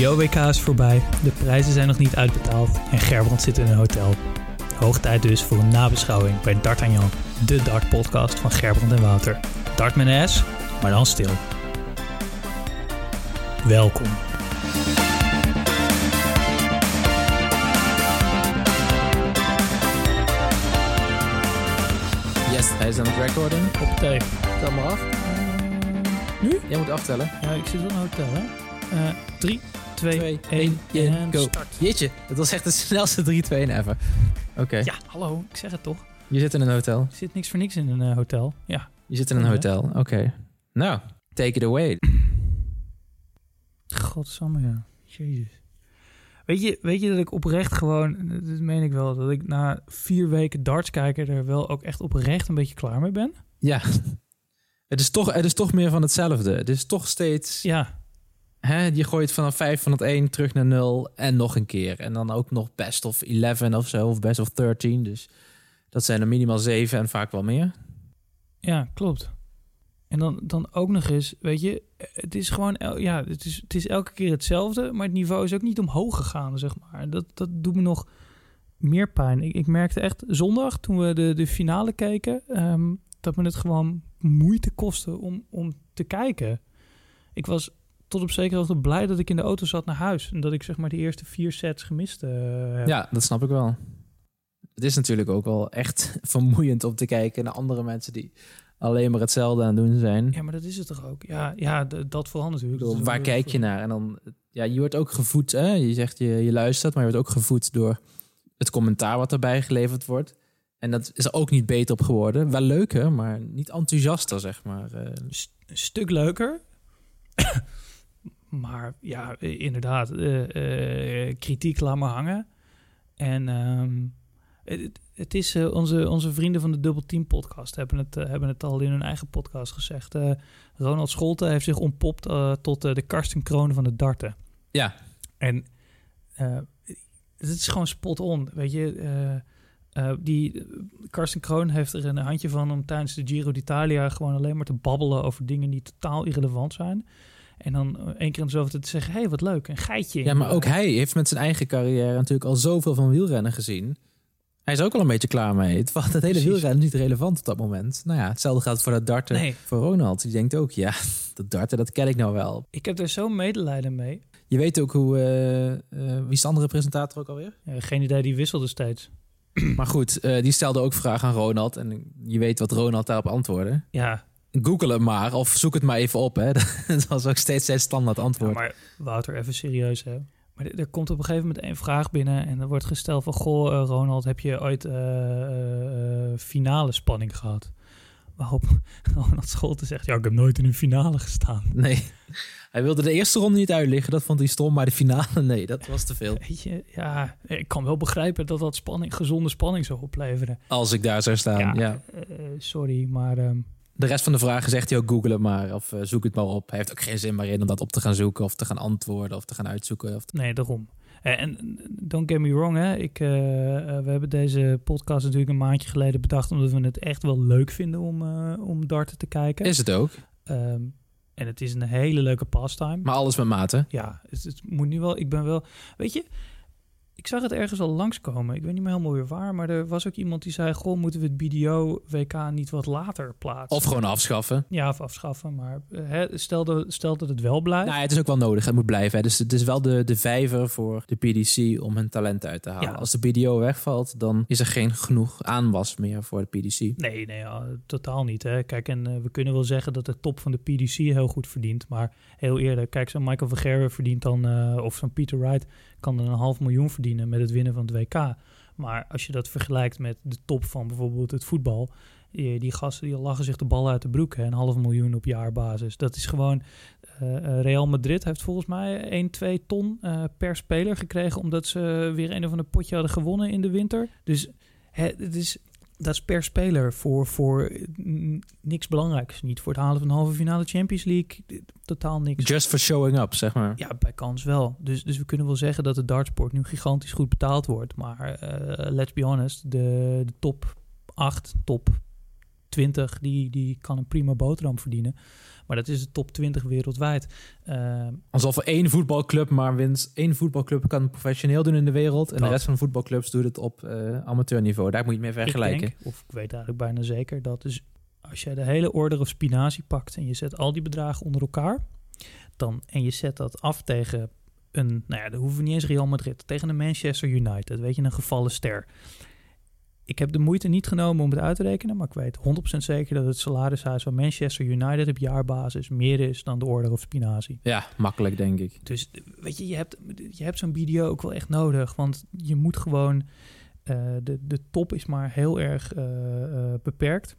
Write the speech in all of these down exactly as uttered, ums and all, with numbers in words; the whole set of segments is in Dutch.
Video-W K is voorbij, de prijzen zijn nog niet uitbetaald en Gerbrand zit in een hotel. Hoog tijd dus voor een nabeschouwing bij D'Artagnan, de dartpodcast van Gerbrand en Wouter. Dart met een S, maar dan stil. Welkom. Yes, hij is aan het recorden. Op thee. Tel maar af. Uh, nu? Jij moet aftellen. Ja, ik zit wel in een hotel, hè. Uh, drie, twee, één en go. start. Jeetje, dat was echt de snelste drie twee één ever. Oké. Okay. Ja, hallo, ik zeg het toch. Je zit in een hotel. Er zit niks voor niks in een uh, hotel, ja. Je zit in een hotel, oké. Okay. Nou, take it away. Godsamme, ja. Jezus. Weet je, weet je dat ik oprecht gewoon, dat meen ik wel, dat ik na vier weken darts kijken er wel ook echt oprecht een beetje klaar mee ben? Ja. Het is toch, het is toch meer van hetzelfde. Het is toch steeds... Ja. Hè, je gooit vanaf vijf van het één terug naar nul en nog een keer. En dan ook nog best of elf of zo, of best of dertien. Dus dat zijn er minimaal zeven en vaak wel meer. Ja, klopt. En dan, dan ook nog eens, weet je, het is gewoon, ja, het is, het is elke keer hetzelfde, maar het niveau is ook niet omhoog gegaan, zeg maar. Dat, dat doet me nog meer pijn. Ik, ik merkte echt zondag, toen we de, de finale keken, um, dat me het gewoon moeite kostte om, om te kijken. Ik was tot op zekere hoogte blij dat ik in de auto zat naar huis en dat ik zeg maar de eerste vier sets gemist uh, heb. Ja, dat snap ik wel. Het is natuurlijk ook wel echt vermoeiend om te kijken naar andere mensen die alleen maar hetzelfde aan het doen zijn. Ja, maar dat is het toch ook? Ja, ja d- dat vooral natuurlijk. Bedoel, waar kijk je naar? En dan, ja, je wordt ook gevoed. Hè? Je zegt je, je luistert, maar je wordt ook gevoed door het commentaar wat erbij geleverd wordt. En dat is er ook niet beter op geworden. Wel leuker, maar niet enthousiaster, zeg maar. Uh... St- een stuk leuker. Maar ja, inderdaad, uh, uh, kritiek laat maar hangen. En um, het, het is uh, onze, onze vrienden van de Double Team podcast hebben het, uh, hebben het al in hun eigen podcast gezegd. Uh, Ronald Scholte heeft zich ontpopt uh, tot uh, de Karsten Kroon van de darten. Ja. En uh, het is gewoon spot on, weet je. Uh, uh, die Karsten Kroon heeft er een handje van om tijdens de Giro d'Italia gewoon alleen maar te babbelen over dingen die totaal irrelevant zijn. En dan één keer in de zoveel tijd te zeggen, hé, hey, wat leuk, een geitje. Ja, maar ook hij heeft met zijn eigen carrière natuurlijk al zoveel van wielrennen gezien. Hij is ook al een beetje klaar mee. Het, het hele Precies. wielrennen is niet relevant op dat moment. Nou ja, hetzelfde gaat voor dat darten nee. voor Ronald. Die denkt ook, ja, dat darten, dat ken ik nou wel. Ik heb er zo'n medelijden mee. Je weet ook hoe, uh, uh, wie is de andere presentator ook alweer? Ja, geen idee, die wisselde steeds. Maar goed, uh, die stelde ook vragen aan Ronald. En je weet wat Ronald daarop antwoordde. Ja. Google het maar, of zoek het maar even op. Hè. Dat was ook steeds zijn standaard antwoord. Ja, maar Wouter, even serieus, hè. Maar er komt op een gegeven moment één vraag binnen en er wordt gesteld van, goh, uh, Ronald, heb je ooit uh, uh, finale spanning gehad? Waarop Ronald Scholte zegt, ja, ik heb nooit in een finale gestaan. Nee, hij wilde de eerste ronde niet uitliggen, dat vond hij stom, maar de finale, nee, dat was te veel. Weet je, ja, ik kan wel begrijpen dat dat spanning, gezonde spanning zou opleveren. Als ik daar zou staan, ja. ja. Uh, sorry, maar... Um, De rest van de vragen zegt hij ook, google het maar of uh, zoek het maar op. Hij heeft ook geen zin meer in om dat op te gaan zoeken of te gaan antwoorden of te gaan uitzoeken. Of te... Nee, daarom. Uh, en don't get me wrong, hè. Ik, uh, uh, we hebben deze podcast natuurlijk een maandje geleden bedacht omdat we het echt wel leuk vinden om, uh, om darten te kijken. Is het ook. Um, en het is een hele leuke pastime. Maar alles met mate. Ja, het, het moet nu wel, ik ben wel, weet je... Ik zag het ergens al langskomen. Ik weet niet meer helemaal weer waar. Maar er was ook iemand die zei... Goh, moeten we het B D O-W K niet wat later plaatsen? Of gewoon afschaffen. Ja, of afschaffen. Maar hè, stel, dat, stel dat het wel blijft. Nou ja, het is ook wel nodig. Het moet blijven. Hè. Dus het is wel de, de vijver voor de P D C om hun talent uit te halen. Ja. Als de B D O wegvalt, dan is er geen genoeg aanwas meer voor de P D C. Nee, nee ja, totaal niet. Hè. Kijk, en uh, we kunnen wel zeggen dat de top van de P D C heel goed verdient. Maar heel eerlijk, kijk, zo'n Michael van Gerwen verdient dan... Uh, of zo'n Peter Wright kan dan een half miljoen verdienen met het winnen van het W K. Maar als je dat vergelijkt met de top van bijvoorbeeld het voetbal... Die, die gasten die lachen zich de bal uit de broek. Hè, een half miljoen op jaarbasis. Dat is gewoon... Uh, Real Madrid heeft volgens mij één, twee ton uh, per speler gekregen... omdat ze weer een of ander potje hadden gewonnen in de winter. Dus hè, het is... Dat is per speler voor, voor niks belangrijks. Niet voor het halen van een halve finale Champions League. Totaal niks. Just for showing up, zeg maar. Ja, bij kans wel. Dus, dus we kunnen wel zeggen dat de dartsport nu gigantisch goed betaald wordt. Maar uh, let's be honest, de, de top acht, top twintig, die, die kan een prima boterham verdienen. Maar dat is de top twintig wereldwijd. Uh, Alsof er één voetbalclub maar wint. Één voetbalclub kan het professioneel doen in de wereld. En dat. De rest van de voetbalclubs doet het op uh, amateurniveau. Daar moet je het mee vergelijken. Ik denk, of ik weet eigenlijk bijna zeker, dat dus als je de hele order of spinazie pakt en je zet al die bedragen onder elkaar, dan, en je zet dat af tegen een, nou ja, dan hoeven we niet eens Real Madrid, tegen een Manchester United, weet je, een gevallen ster. Ik heb de moeite niet genomen om het uit te rekenen, maar ik weet honderd procent zeker dat het salarishuis van Manchester United op jaarbasis meer is dan de order of spinazie. Ja, makkelijk denk ik. Dus weet je, je hebt, je hebt zo'n video ook wel echt nodig, want je moet gewoon, uh, de, de top is maar heel erg uh, uh, beperkt.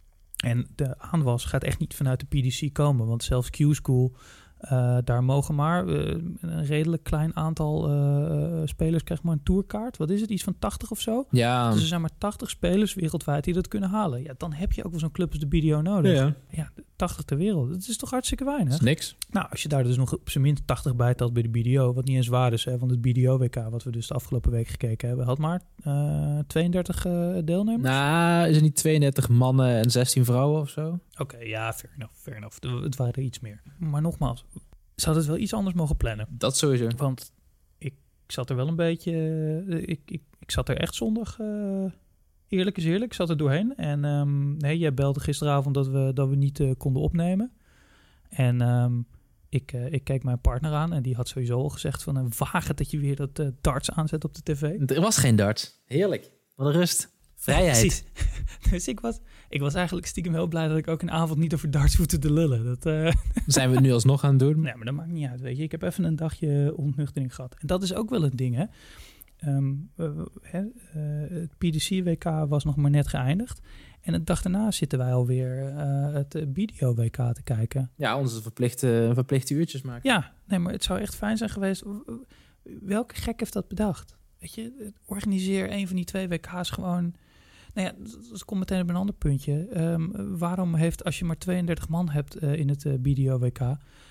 En de aanwas gaat echt niet vanuit de P D C komen, want zelfs Q-School, uh, daar mogen maar uh, een redelijk klein aantal uh, spelers krijgen maar een tourkaart. Wat is het, iets van tachtig of zo? Ja. Dus er zijn maar tachtig spelers wereldwijd die dat kunnen halen. Ja, dan heb je ook wel zo'n club als de B D O nodig. Ja, ja tachtig ter wereld. Dat is toch hartstikke weinig? Dat is niks. Nou, als je daar dus nog op zijn minst tachtig bij telt bij de B D O, wat niet eens waar is, hè, want het B D O-W K, wat we dus de afgelopen week gekeken hebben, had maar uh, tweeëndertig uh, deelnemers. Nou, is het niet tweeëndertig mannen en zestien vrouwen of zo? Oké, okay, ja, fair enough, fair enough. Het waren er iets meer. Maar nogmaals, ze hadden het wel iets anders mogen plannen. Dat sowieso. Want ik zat er wel een beetje, uh, ik, ik, ik zat er echt zondag, uh, eerlijk is eerlijk, ik zat er doorheen. En um, nee, jij belde gisteravond dat we, dat we niet uh, konden opnemen. En um, ik, uh, ik keek mijn partner aan en die had sowieso al gezegd van, uh, waag het dat je weer dat uh, darts aanzet op de tv. Er was geen darts. Heerlijk. Wat een rust. Vrijheid. Precies. Dus ik was, ik was eigenlijk stiekem heel blij dat ik ook een avond niet over darts hoefde te lullen. Dat, uh... Zijn we het nu alsnog aan het doen? Nee, maar dat maakt niet uit, weet je. Ik heb even een dagje ontnuchtering gehad. En dat is ook wel een ding, hè. Um, uh, hè uh, het P D C-W K was nog maar net geëindigd. En de dag daarna zitten wij alweer uh, het B D O-W K te kijken. Ja, onze verplichte, verplichte uurtjes maken. Ja, nee, maar het zou echt fijn zijn geweest. Welke gek heeft dat bedacht? Weet je, organiseer een van die twee W K's gewoon. Nou ja, dat komt meteen op een ander puntje. Um, waarom heeft, als je maar tweeëndertig man hebt uh, in het uh, B D O-W K... Uh,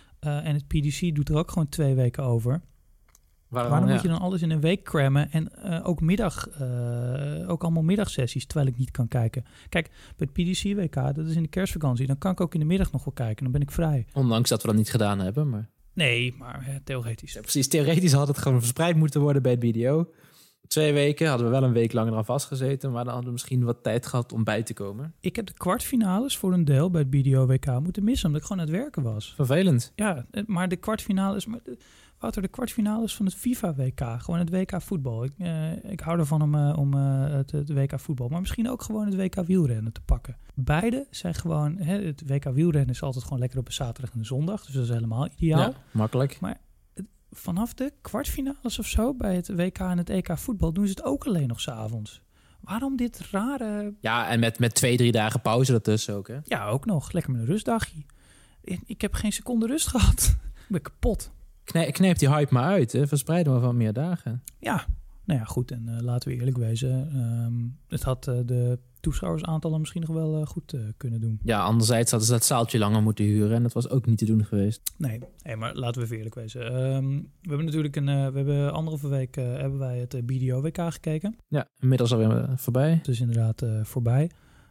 en het P D C doet er ook gewoon twee weken over, waarom, waarom ja. moet je dan alles in een week crammen en uh, ook middag, uh, ook allemaal middagsessies, terwijl ik niet kan kijken? Kijk, bij het P D C-W K, dat is in de kerstvakantie, dan kan ik ook in de middag nog wel kijken, dan ben ik vrij. Ondanks dat we dat niet gedaan hebben, maar... Nee, maar hè, theoretisch. Ja, precies, theoretisch had het gewoon verspreid moeten worden bij het B D O. Twee weken hadden we wel een week langer aan vastgezeten, maar dan hadden we misschien wat tijd gehad om bij te komen. Ik heb de kwartfinales voor een deel bij het B D O-W K moeten missen, omdat ik gewoon aan het werken was. Vervelend. Ja, maar de kwartfinales... Maar de, Wouter, de kwartfinales van het FIFA-W K, gewoon het W K voetbal. Ik, uh, ik hou ervan om, uh, om uh, het, het W K voetbal, maar misschien ook gewoon het W K wielrennen te pakken. Beide zijn gewoon... Hè, het W K wielrennen is altijd gewoon lekker op een zaterdag en een zondag, dus dat is helemaal ideaal. Ja, makkelijk. Maar vanaf de kwartfinales of zo bij het W K en het E K voetbal doen ze het ook alleen nog 's avonds. Waarom dit rare... Ja, en met, met twee, drie dagen pauze ertussen ook, hè? Ja, ook nog. Lekker met een rustdagje. Ik, ik heb geen seconde rust gehad. Ik ben kapot. Knijp, knijp die hype maar uit, hè? Verspreiden we van meer dagen. Ja, nou ja, goed. En uh, laten we eerlijk wezen. Um, het had uh, de toeschouwersaantallen misschien nog wel uh, goed uh, kunnen doen. Ja, anderzijds hadden ze dat zaaltje langer moeten huren en dat was ook niet te doen geweest. Nee, hey, maar laten we even eerlijk wezen. Um, we hebben natuurlijk een, uh, we hebben anderhalve week uh, hebben wij het uh, B D O-W K gekeken. Ja, inmiddels alweer uh, voorbij. Het is inderdaad uh, voorbij.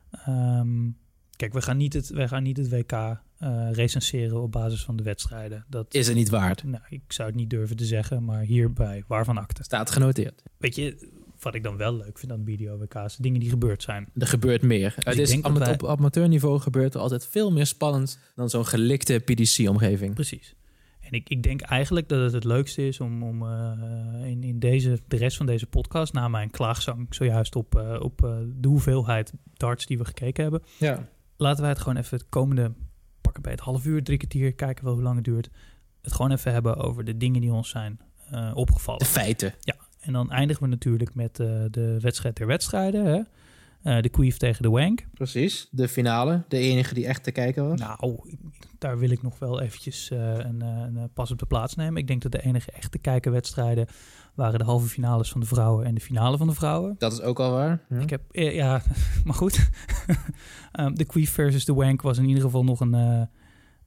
Um, kijk, we gaan niet het, we gaan niet het W K uh, recenseren op basis van de wedstrijden. Dat is het niet waard. Nou, ik zou het niet durven te zeggen, maar hierbij, waarvan akte. Staat genoteerd. Weet je, wat ik dan wel leuk vind aan B D O-W K's, dingen die gebeurd zijn. Er gebeurt meer. Dus het is ama- wij... Op amateurniveau gebeurt er altijd veel meer spannend dan zo'n gelikte P D C-omgeving. Precies. En ik, ik denk eigenlijk dat het het leukste is om, om uh, in, in deze, de rest van deze podcast, na mijn klaagzang zojuist op, uh, op uh, de hoeveelheid darts die we gekeken hebben, ja. laten wij het gewoon even het komende, pakken bij het half uur, drie kwartier, kijken wel hoe lang het duurt, het gewoon even hebben over de dingen die ons zijn uh, opgevallen. De feiten. Ja, en dan eindigen we natuurlijk met uh, de wedstrijd der wedstrijden, hè? Uh, de Queef tegen de Wank. Precies, de finale. De enige die echt te kijken was. Nou, daar wil ik nog wel eventjes uh, een, een pas op de plaats nemen. Ik denk dat de enige echte kijkerwedstrijden waren de halve finales van de vrouwen en de finale van de vrouwen. Dat is ook al waar. Ja, ik heb, ja maar goed. um, de Queef versus de Wank was in ieder geval nog een, uh,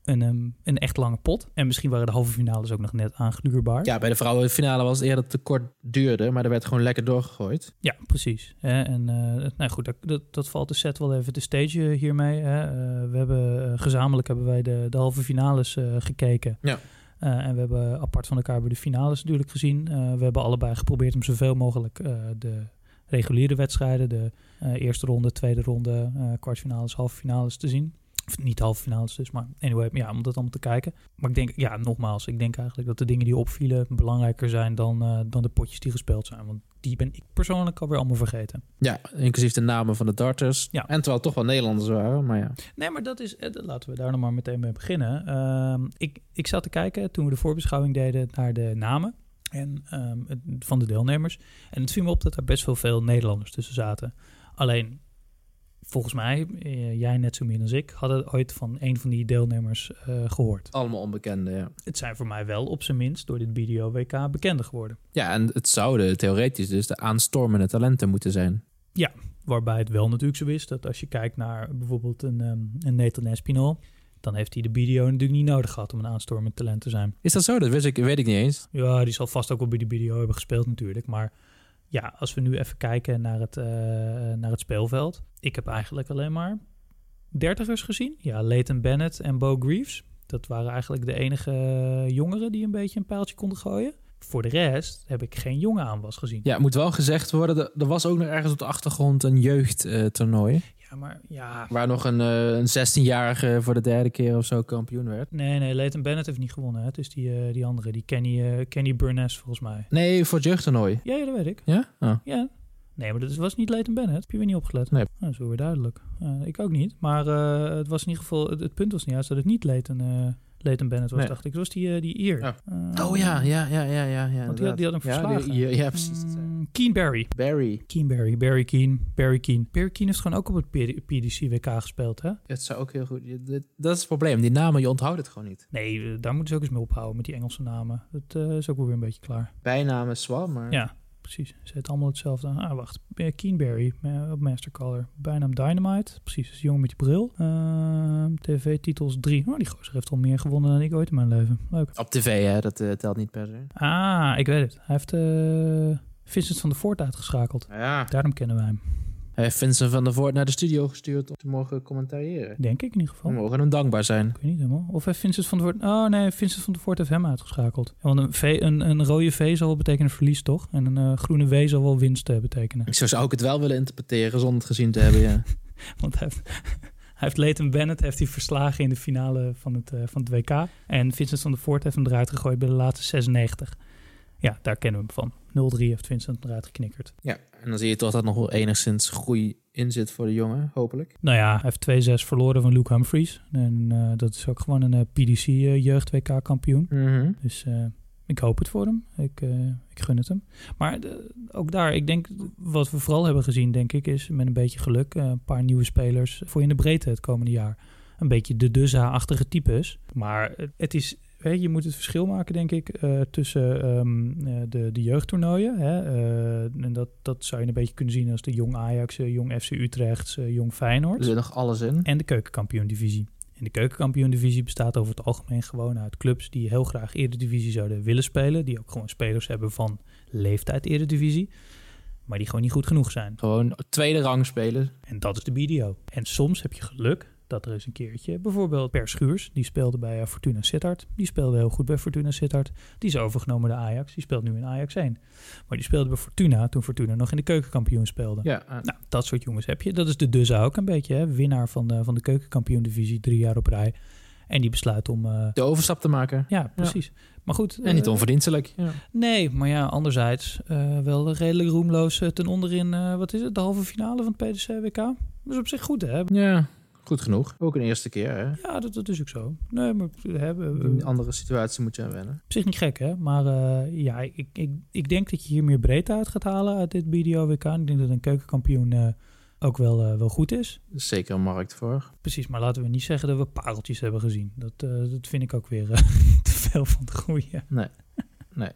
een, um, een echt lange pot. En misschien waren de halve finales ook nog net aangluurbaar. Ja, bij de vrouwenfinale was het eerder dat het te kort duurde, maar er werd gewoon lekker doorgegooid. Ja, precies. Hè? En uh, nou goed, dat, dat, dat valt de set wel even te stage hiermee. Hè? Uh, we hebben uh, gezamenlijk hebben wij de, de halve finales uh, gekeken. Ja. Uh, en we hebben apart van elkaar bij de finales natuurlijk gezien. Uh, we hebben allebei geprobeerd om zoveel mogelijk uh, de reguliere wedstrijden, de uh, eerste ronde, tweede ronde, uh, kwartfinales, halve finales te zien. Of niet halve finales dus, maar anyway, ja, om dat allemaal te kijken. Maar ik denk, ja, nogmaals, ik denk eigenlijk dat de dingen die opvielen belangrijker zijn dan, uh, dan de potjes die gespeeld zijn. Want die ben ik persoonlijk alweer allemaal vergeten. Ja, inclusief de namen van de darters. Ja. En terwijl het toch wel Nederlanders waren, maar ja. Nee, maar dat is, laten we daar nog maar meteen mee beginnen. Uh, ik, ik zat te kijken toen we de voorbeschouwing deden naar de namen en, um, van de deelnemers. En het viel me op dat er best wel veel Nederlanders tussen zaten. Alleen, volgens mij, uh, jij net zo min als ik, hadden ooit van een van die deelnemers uh, gehoord. Allemaal onbekende, ja. Het zijn voor mij wel op zijn minst door dit B D O W K bekender geworden. Ja, en het zouden theoretisch dus de aanstormende talenten moeten zijn. Ja, waarbij het wel natuurlijk zo is dat als je kijkt naar bijvoorbeeld een, um, een Nathan Espinal, dan heeft hij de B D O natuurlijk niet nodig gehad om een aanstormend talent te zijn. Is dat zo? Dat wist ik, weet ik niet eens. Ja, die zal vast ook wel bij de B D O hebben gespeeld natuurlijk. Maar ja, als we nu even kijken naar het, uh, naar het speelveld. Ik heb eigenlijk alleen maar dertigers gezien. Ja, Leighton Bennett en Bo Greaves. Dat waren eigenlijk de enige jongeren die een beetje een pijltje konden gooien. Voor de rest heb ik geen jonge aanwas gezien. Ja, moet wel gezegd worden, er was ook nog ergens op de achtergrond een jeugdtoernooi. Uh, ja, maar ja... Waar nog een, uh, een zestienjarige voor de derde keer of zo kampioen werd. Nee, nee, Leighton Bennett heeft niet gewonnen. Hè? Het is die, uh, die andere, die Kenny, uh, Kenny Burness volgens mij. Nee, voor het jeugdtoernooi. Ja, ja, dat weet ik. Ja? Oh. Ja. Nee, maar dat was niet Leighton Bennett. Heb je weer niet opgelet? Nee. Nou, dat is wel weer duidelijk. Uh, ik ook niet. Maar uh, het was in ieder geval... Het, het punt was niet juist dat het niet Leighton... Uh, Leighton Bennett was, nee. dacht ik. Dat was die, uh, die Ier. Ja. Uh, oh ja, ja, ja, ja, ja. ja want die had, die had hem verslagen. Ja, die, ja precies. Mm, Keen Barry. Barry. Keen Barry. Barry Keen. Barry Keen. Barry Keen heeft gewoon ook op het P D C W K gespeeld, hè? Het zou ook heel goed... Dat is het probleem. Die namen, je onthoudt het gewoon niet. Nee, uh, daar moeten ze ook eens mee ophouden met die Engelse namen. Dat uh, is ook wel weer een beetje klaar. Bijnamen zwaar, maar... Ja. Precies, ze heet allemaal hetzelfde. Ah, wacht. Keenberry uh, op Mastercolor. Bijnaam Dynamite. Precies, is jongen met die bril. Uh, T V-titels drie. Oh, die gozer heeft al meer gewonnen dan ik ooit in mijn leven. Leuk. Op tv, hè? Dat uh, telt niet per se. Ah, ik weet het. Hij heeft uh, Vincent van der Voort uitgeschakeld. Ja. Daarom kennen wij hem. Hij heeft Vincent van der Voort naar de studio gestuurd om te mogen commentariëren. Denk ik in ieder geval. We mogen hem dankbaar zijn. Ik weet niet helemaal. Of heeft Vincent van der Voort... Oh nee, Vincent van der Voort heeft hem uitgeschakeld. Want een, v, een, een rode V zal wel betekenen verlies, toch? En een uh, groene W zal wel winst uh, betekenen. Zo zou ik het wel willen interpreteren zonder het gezien te hebben, ja. Want hij heeft... Hij heeft Leighton Bennett heeft hij verslagen in de finale van het, uh, van het W K. En Vincent van der Voort heeft hem eruit gegooid bij de laatste zesennegentig. Ja, daar kennen we hem van. nul drie heeft Vincent eruit geknikkerd. Ja, en dan zie je toch dat nog wel enigszins groei in zit voor de jongen, hopelijk. Nou ja, hij heeft twee zes verloren van Luke Humphries. En uh, dat is ook gewoon een uh, P D C uh, jeugd-W K-kampioen. Mm-hmm. Dus uh, ik hoop het voor hem. Ik, uh, ik gun het hem. Maar uh, ook daar, ik denk, wat we vooral hebben gezien, denk ik, is met een beetje geluk uh, een paar nieuwe spelers voor in de breedte het komende jaar. Een beetje de Duzza-achtige types. Maar uh, het is... Hey, je moet het verschil maken, denk ik, uh, tussen um, uh, de, de jeugdtoernooien. Hè? Uh, en dat, dat zou je een beetje kunnen zien als de Jong Ajax, uh, Jong F C Utrecht, uh, Jong Feyenoord. Er zit nog alles in. En de Keukenkampioen-divisie. En de Keukenkampioen-divisie bestaat over het algemeen gewoon uit clubs die heel graag Eredivisie zouden willen spelen. Die ook gewoon spelers hebben van leeftijd Eredivisie. Maar die gewoon niet goed genoeg zijn. Gewoon tweede rang spelen. En dat is de B D O. En soms heb je geluk dat er eens een keertje, bijvoorbeeld Per Schuurs, die speelde bij uh, Fortuna Sittard. Die speelde heel goed bij Fortuna Sittard. Die is overgenomen door Ajax. Die speelt nu in Ajax één. Maar die speelde bij Fortuna toen Fortuna nog in de keukenkampioen speelde. Ja, uh. Nou, dat soort jongens heb je. Dat is de Duzza ook een beetje, hè? Winnaar van de, van de keukenkampioen-divisie drie jaar op rij. En die besluit om... Uh, de overstap te maken. Ja, precies. Ja. Maar goed... En niet onverdienstelijk. Ja. Nee, maar ja, anderzijds uh, wel redelijk roemloos uh, ten onder in, uh, wat is het, de halve finale van het P D C W K. Dat is op zich goed, hè? Ja, goed genoeg. Ook een eerste keer, hè? Ja, dat, dat is ook zo. Nee, maar... Hè, we, in een andere situatie moet je aan wennen. Op zich niet gek, hè? Maar uh, ja, ik, ik, ik denk dat je hier meer breedte uit gaat halen uit dit B D O W K. Ik denk dat een keukenkampioen uh, ook wel, uh, wel goed is. Er is zeker een markt voor. Precies, maar laten we niet zeggen dat we pareltjes hebben gezien. Dat, uh, dat vind ik ook weer uh, te veel van de goeie. Nee, nee.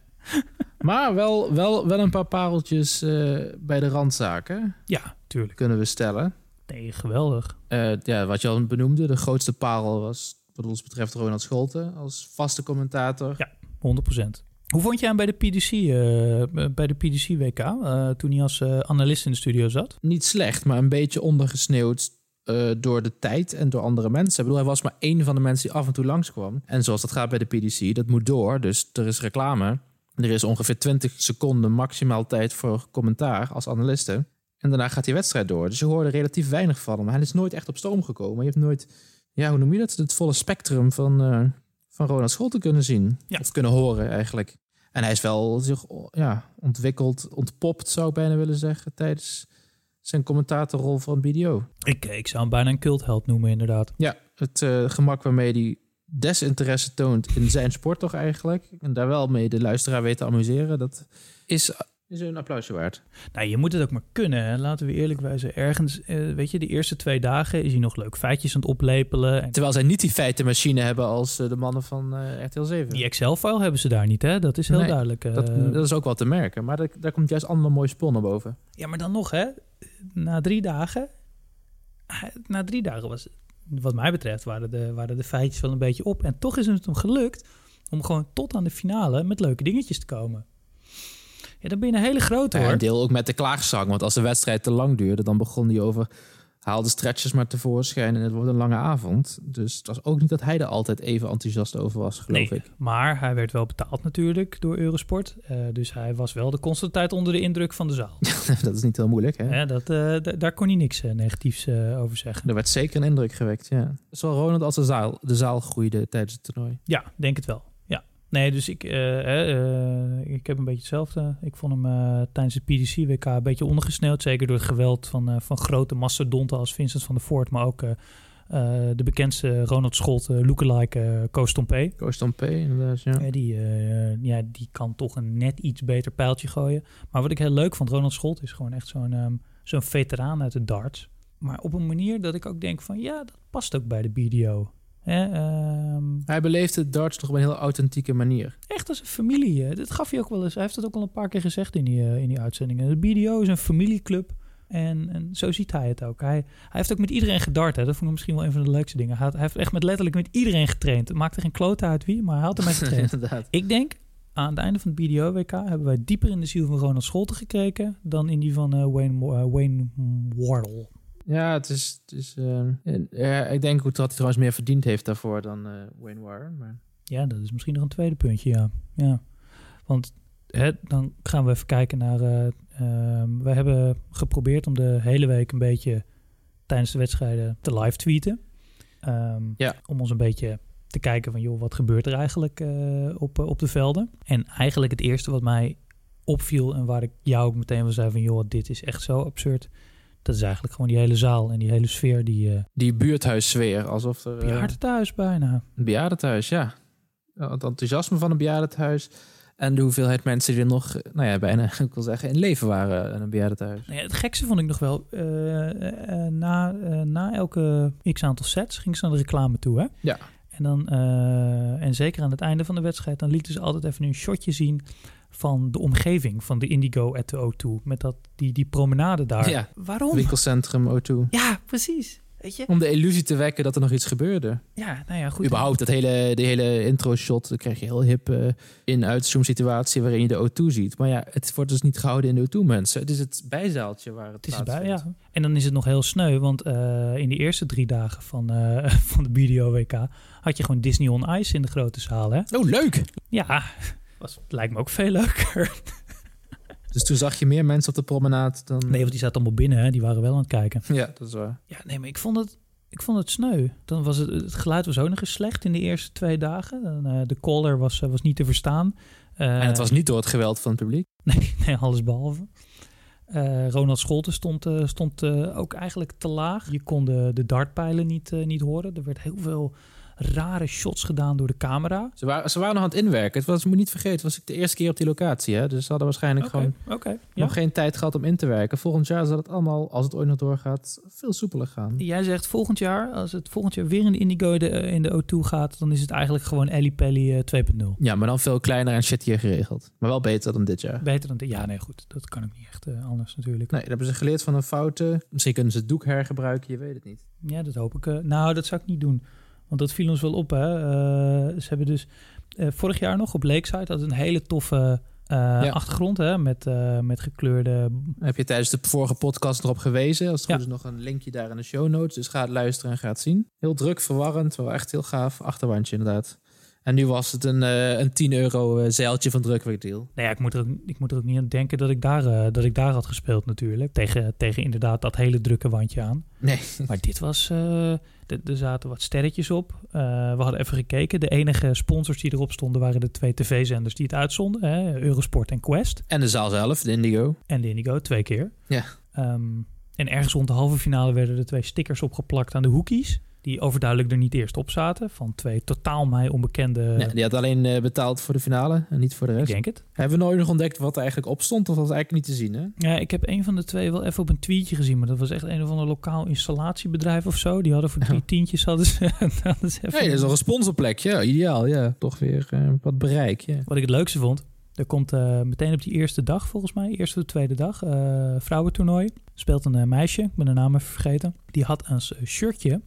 Maar wel, wel, wel een paar pareltjes uh, bij de randzaken. Ja, tuurlijk. Kunnen we stellen. Nee, geweldig. Uh, ja, wat je al benoemde, de grootste parel was wat ons betreft Ronald Scholten als vaste commentator. Ja, honderd procent. Hoe vond je hem bij de P D C, uh, bij de P D C W K, uh, toen hij als uh, analist in de studio zat? Niet slecht, maar een beetje ondergesneeuwd uh, door de tijd en door andere mensen. Ik bedoel, hij was maar één van de mensen die af en toe langskwam. En zoals dat gaat bij de P D C, dat moet door. Dus er is reclame. Er is ongeveer twintig seconden maximaal tijd voor commentaar als analiste. En daarna gaat die wedstrijd door. Dus je hoorde relatief weinig van hem. Hij is nooit echt op stoom gekomen. Je hebt nooit, ja, hoe noem je dat? Het volle spectrum van, uh, van Ronald Scholten kunnen zien. Ja. Of kunnen horen eigenlijk. En hij is wel zich ja, ontwikkeld, ontpopt, zou ik bijna willen zeggen, tijdens zijn commentatorrol van B D O. Ik, ik zou hem bijna een cultheld noemen, inderdaad. Ja, het uh, gemak waarmee hij desinteresse toont in zijn sport toch eigenlijk. En daar wel mee de luisteraar weet te amuseren. Dat is, is een applausje waard. Nou, je moet het ook maar kunnen. Hè? Laten we eerlijk wezen. Ergens, uh, weet je, de eerste twee dagen is hij nog leuk feitjes aan het oplepelen. En terwijl zij niet die feitenmachine hebben als uh, de mannen van uh, R T L zeven. Die Excel-file hebben ze daar niet, hè? Dat is heel nee, duidelijk. Uh, dat, dat is ook wel te merken. Maar dat, daar komt juist allemaal mooi spul naar boven. Ja, maar dan nog, hè? Na drie dagen... Na drie dagen was... Wat mij betreft waren de, waren de feitjes wel een beetje op. En toch is het hem gelukt om gewoon tot aan de finale met leuke dingetjes te komen. Ja, dan ben je een hele grote, hoor. Ja, een deel ook met de klaagzang. Want als de wedstrijd te lang duurde, dan begon hij over... haal de stretches maar tevoorschijn en het wordt een lange avond. Dus het was ook niet dat hij er altijd even enthousiast over was, geloof nee, ik. Maar hij werd wel betaald natuurlijk door Eurosport. Uh, dus hij was wel de constante tijd onder de indruk van de zaal. Dat is niet heel moeilijk, hè? Ja, dat, uh, d- daar kon hij niks uh, negatiefs uh, over zeggen. Er werd zeker een indruk gewekt, ja. Zowel Ronald als de zaal, de zaal groeide tijdens het toernooi. Ja, denk het wel. Ja. Nee, dus ik, uh, uh, ik heb een beetje hetzelfde. Ik vond hem uh, tijdens de P D C W K een beetje ondergesneeuwd. Zeker door het geweld van, uh, van grote mastodonten als Vincent van der Voort. Maar ook uh, uh, de bekendste Ronald Scholten lookalike uh, Koos Tompé. Koos Tompé, inderdaad, ja. Ja, die, uh, ja, die kan toch een net iets beter pijltje gooien. Maar wat ik heel leuk vond, Ronald Scholten is gewoon echt zo'n, um, zo'n veteraan uit de darts. Maar op een manier dat ik ook denk van, ja, dat past ook bij de B D O. He, um, hij beleefde het darts toch op een heel authentieke manier. Echt als een familie. Dat gaf hij ook wel eens. Hij heeft het ook al een paar keer gezegd in die, uh, in die uitzendingen. De B D O is een familieclub. En, en zo ziet hij het ook. Hij, hij heeft ook met iedereen gedart. Hè. Dat vond ik misschien wel een van de leukste dingen. Hij, hij heeft echt met letterlijk met iedereen getraind. Het maakte geen klote uit wie, maar hij had ermee getraind. Ik denk, aan het einde van het B D O W K... hebben wij dieper in de ziel van Ronald Scholten gekeken... dan in die van uh, Wayne, uh, Wayne Wardle. Ja, het is... Het is uh, ja, ik denk dat hij trouwens meer verdiend heeft daarvoor dan uh, Wayne Warren. Maar... Ja, dat is misschien nog een tweede puntje, ja. ja. Want hè, dan gaan we even kijken naar... Uh, uh, we hebben geprobeerd om de hele week een beetje... tijdens de wedstrijden te live tweeten. Um, ja. Om ons een beetje te kijken van... joh, wat gebeurt er eigenlijk uh, op, uh, op de velden? En eigenlijk het eerste wat mij opviel... en waar ik jou ook meteen wel zei van... joh, dit is echt zo absurd... Dat is eigenlijk gewoon die hele zaal en die hele sfeer. Die, uh, die buurthuissfeer, alsof er... Bejaardentehuis bijna. Een bejaardentehuis, ja. Het enthousiasme van een bejaardentehuis. En de hoeveelheid mensen die er nog, nou ja, bijna, ik wil zeggen, in leven waren in een bejaardentehuis. Nou ja, het gekste vond ik nog wel, uh, uh, na, uh, na elke x-aantal sets ging ze naar de reclame toe, hè? Ja. En, dan, uh, en zeker aan het einde van de wedstrijd, dan lieten ze altijd even een shotje zien... van de omgeving van de Indigo at the O twee. Met dat, die, die promenade daar. Ja, waarom? Winkelcentrum O twee. Ja, precies. Weet je? Om de illusie te wekken dat er nog iets gebeurde. Ja, nou ja, goed. Überhaupt, dat hele, de hele intro-shot, dan krijg je heel hip uh, in-uitzoom situatie waarin je de O twee ziet. Maar ja, het wordt dus niet gehouden in de O twee, mensen. Het is het bijzaaltje waar het, het is bij, ja. En dan is het nog heel sneu, want uh, in de eerste drie dagen van, uh, van de B D O W K had je gewoon Disney on Ice in de grote zaal, hè? Oh, leuk! Ja, was, lijkt me ook veel leuker. Dus toen zag je meer mensen op de promenade dan... Nee, want die zaten allemaal binnen, hè? Die waren wel aan het kijken. Ja, dat is waar. Ja, nee, maar ik vond het, ik vond het sneu. Dan was het, het geluid was ook nog eens slecht in de eerste twee dagen. Dan, uh, de caller was, uh, was niet te verstaan. Uh, en het was niet door het geweld van het publiek? Nee, nee, alles behalve. Uh, Ronald Scholten stond, uh, stond uh, ook eigenlijk te laag. Je kon de, de dartpijlen niet, uh, niet horen. Er werd heel veel... rare shots gedaan door de camera. Ze waren, ze waren nog aan het inwerken. Het was, moet niet vergeten, het was de eerste keer op die locatie. Hè? Dus ze hadden waarschijnlijk okay, gewoon okay, nog ja. geen tijd gehad om in te werken. Volgend jaar zal het allemaal, als het ooit nog doorgaat, veel soepeler gaan. Jij zegt volgend jaar, als het volgend jaar weer in de Indigo de, in de O twee gaat, dan is het eigenlijk gewoon Ellie Pelly uh, twee punt nul. Ja, maar dan veel kleiner en shittier geregeld. Maar wel beter dan dit jaar. Beter dan dit Ja, nee, goed. Dat kan ook niet echt uh, anders natuurlijk. Nee, dat hebben ze geleerd van een fouten. Misschien kunnen ze het doek hergebruiken, je weet het niet. Ja, dat hoop ik. Uh, nou, dat zou ik niet doen. Want dat viel ons wel op, hè. Uh, ze hebben dus uh, vorig jaar nog op Lakeside had een hele toffe uh, ja. achtergrond, hè, met, uh, met gekleurde... Heb je tijdens de vorige podcast erop gewezen. Als het ja. goed is nog een linkje daar in de show notes. Dus ga het luisteren en ga het zien. Heel druk, verwarrend, wel echt heel gaaf achterwandje inderdaad. En nu was het een, uh, een tien euro uh, zeiltje van Drukwerkdeal. Nou ja, ik moet, er ook, ik moet er ook niet aan denken dat ik daar, uh, dat ik daar had gespeeld natuurlijk. Tegen, tegen inderdaad dat hele drukke wandje aan. Nee. Maar dit was... Uh, er zaten wat sterretjes op. Uh, we hadden even gekeken. De enige sponsors die erop stonden waren de twee tv-zenders die het uitzonden. Hè? Eurosport en Quest. En de zaal zelf, de Indigo. En de Indigo, twee keer. Ja. Um, en ergens rond de halve finale werden er twee stickers opgeplakt aan de hoekies. Die overduidelijk er niet eerst op zaten. Van twee totaal mij onbekende... Nee, die had alleen uh, betaald voor de finale en niet voor de rest. Ik denk het. Hebben we nooit nog ontdekt wat er eigenlijk op stond? Of was het eigenlijk niet te zien, hè? Ja, ik heb een van de twee wel even op een tweetje gezien. Maar dat was echt een of ander lokaal installatiebedrijf of zo. Die hadden voor drie tientjes hadden ze... hadden ze even... Hey, dat is al een sponsorplekje. Ja, ideaal, ja. Toch weer uh, wat bereik, ja. Wat ik het leukste vond... Er komt uh, meteen op die eerste dag, volgens mij, eerste of tweede dag, uh, vrouwentoernooi. Speelt een uh, meisje, ik ben de naam even vergeten. Die had een uh, shirtje...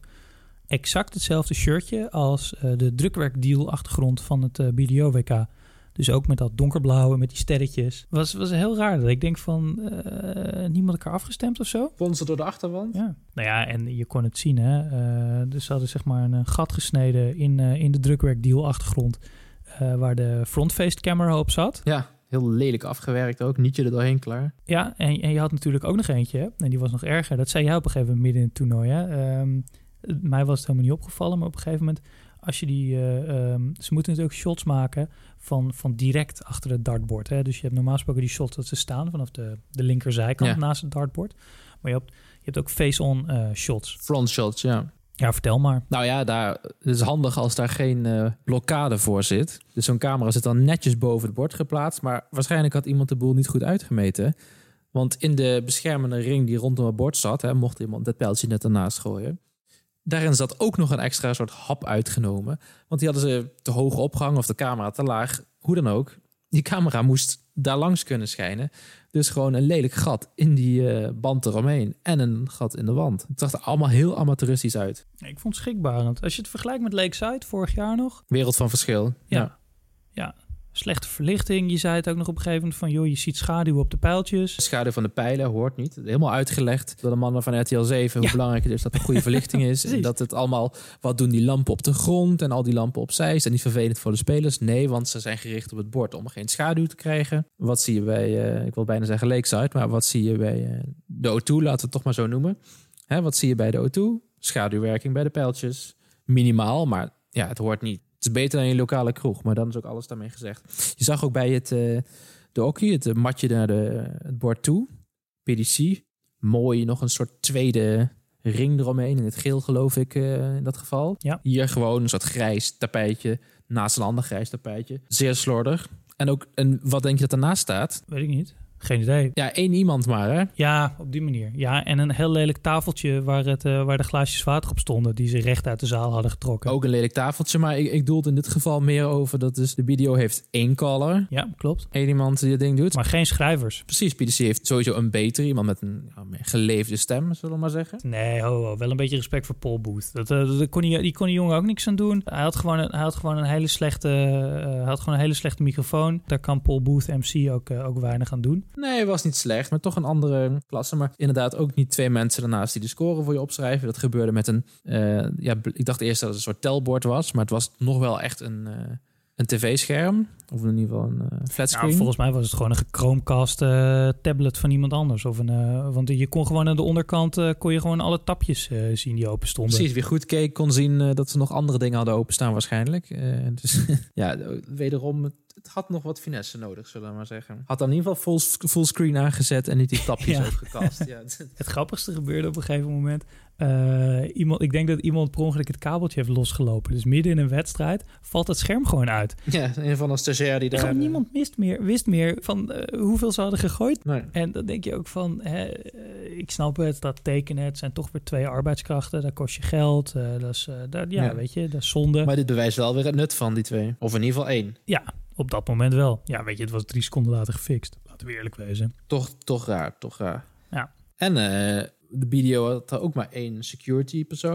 exact hetzelfde shirtje als uh, de drukwerkdeal achtergrond van het uh, B D O W K. Dus ook met dat donkerblauwe, met die sterretjes. Was, was heel raar. Dat ik denk van, uh, niemand elkaar afgestemd of zo. Vonden ze door de achterwand? Ja. Nou ja, en je kon het zien, hè. Uh, dus ze hadden zeg maar een gat gesneden in, uh, in de drukwerkdeal achtergrond. Uh, waar de front-faced camera op zat. Ja, heel lelijk afgewerkt ook. Nietje er doorheen klaar. Ja, en, en je had natuurlijk ook nog eentje. Hè? En die was nog erger. Dat zei jij op een gegeven moment midden in het toernooi, hè. Um, Mij was het helemaal niet opgevallen, maar op een gegeven moment, als je die, uh, um, ze moeten natuurlijk shots maken van, van direct achter het dartboard. Hè? Dus je hebt normaal gesproken die shots dat ze staan vanaf de, de linkerzijkant ja. naast het dartboard. Maar je hebt, je hebt ook face-on uh, shots. Front shots, ja. Ja, vertel maar. Nou ja, daar, het is handig als daar geen uh, blokkade voor zit. Dus zo'n camera zit dan netjes boven het bord geplaatst. Maar waarschijnlijk had iemand de boel niet goed uitgemeten. Want in de beschermende ring die rondom het bord zat, hè, mocht iemand dat pijltje net ernaast gooien. Daarin zat ook nog een extra soort hap uitgenomen. Want die hadden ze te hoog opgehangen of de camera te laag. Hoe dan ook. Die camera moest daar langs kunnen schijnen. Dus gewoon een lelijk gat in die uh, band eromheen. En een gat in de wand. Het zag er allemaal heel amateuristisch uit. Ik vond het schrikbarend. Als je het vergelijkt met Lakeside, vorig jaar nog. Wereld van verschil. Ja. Ja. ja. Slechte verlichting. Je zei het ook nog op een gegeven moment van... joh, je ziet schaduw op de pijltjes. De schaduw van de pijlen hoort niet. Helemaal uitgelegd door de mannen van R T L zeven... hoe ja. belangrijk het is dat er goede verlichting is. En dat het allemaal... wat doen die lampen op de grond en al die lampen opzij? Is dat niet vervelend voor de spelers? Nee, want ze zijn gericht op het bord om geen schaduw te krijgen. Wat zie je bij... Uh, ik wil bijna zeggen Lakeside... maar wat zie je bij uh, de O twee? Laten we het toch maar zo noemen. Hè, wat zie je bij de O twee? Schaduwwerking bij de pijltjes. Minimaal, maar ja, het hoort niet. Het is beter dan je lokale kroeg, maar dan is ook alles daarmee gezegd. Je zag ook bij het uh, de hockey, het uh, matje naar de, het bord toe. P D C. Mooi, nog een soort tweede ring eromheen. In het geel geloof ik uh, in dat geval. Ja. Hier gewoon een soort grijs tapijtje naast een ander grijs tapijtje. Zeer slordig. En ook, en wat denk je dat ernaast staat? Weet ik niet. Geen idee. Ja, één iemand maar, hè? Ja, op die manier. Ja, en een heel lelijk tafeltje waar, het, uh, waar de glaasjes water op stonden... die ze recht uit de zaal hadden getrokken. Ook een lelijk tafeltje, maar ik, ik doelde in dit geval meer over... dat dus de video heeft één caller. Ja, klopt. Eén iemand die het ding doet. Maar geen schrijvers. Precies, P D C heeft sowieso een beter... iemand met een ja, meer geleefde stem, zullen we maar zeggen. Nee, ho, ho, wel een beetje respect voor Paul Booth. Dat, uh, dat kon die, die kon die jongen ook niks aan doen. Hij had gewoon een, hij had gewoon een hele slechte uh, hij had gewoon een hele slechte microfoon. Daar kan Paul Booth M C ook, uh, ook weinig aan doen. Nee, het was niet slecht, maar toch een andere klasse. Maar inderdaad ook niet twee mensen daarnaast die de score voor je opschrijven. Dat gebeurde met een... Uh, ja, ik dacht eerst dat het een soort telbord was, maar het was nog wel echt een, uh, een tv-scherm. Of in ieder geval een uh, flatscreen. Nou, volgens mij was het gewoon een gechromecast uh, tablet van iemand anders. Of een, uh, want je kon gewoon aan de onderkant uh, kon je gewoon alle tapjes uh, zien die open stonden. Precies, wie goed keek kon zien uh, dat ze nog andere dingen hadden openstaan waarschijnlijk. Uh, dus ja, wederom... Het had nog wat finesse nodig, zullen we maar zeggen. Had dan in ieder geval full, fullscreen aangezet en niet die tapjes ja. opgekast. Ja. Het grappigste gebeurde op een gegeven moment. Uh, iemand, ik denk dat iemand per ongeluk het kabeltje heeft losgelopen. Dus midden in een wedstrijd valt het scherm gewoon uit. Ja, een van de stagiair die daar... Gewoon niemand wist meer, wist meer van uh, hoeveel ze hadden gegooid. Nee. En dan denk je ook van, hè, uh, ik snap het, dat tekenen. Het zijn toch weer twee arbeidskrachten. Daar kost je geld. Uh, dat is, uh, dat, ja, ja, weet je, dat is zonde. Maar dit bewijst wel weer het nut van die twee. Of in ieder geval één. Ja, op dat moment wel. Ja, weet je, het was drie seconden later gefixt. Laten we eerlijk wezen. Toch, toch raar, toch raar. Ja. En uh, de video had er ook maar één security persoon.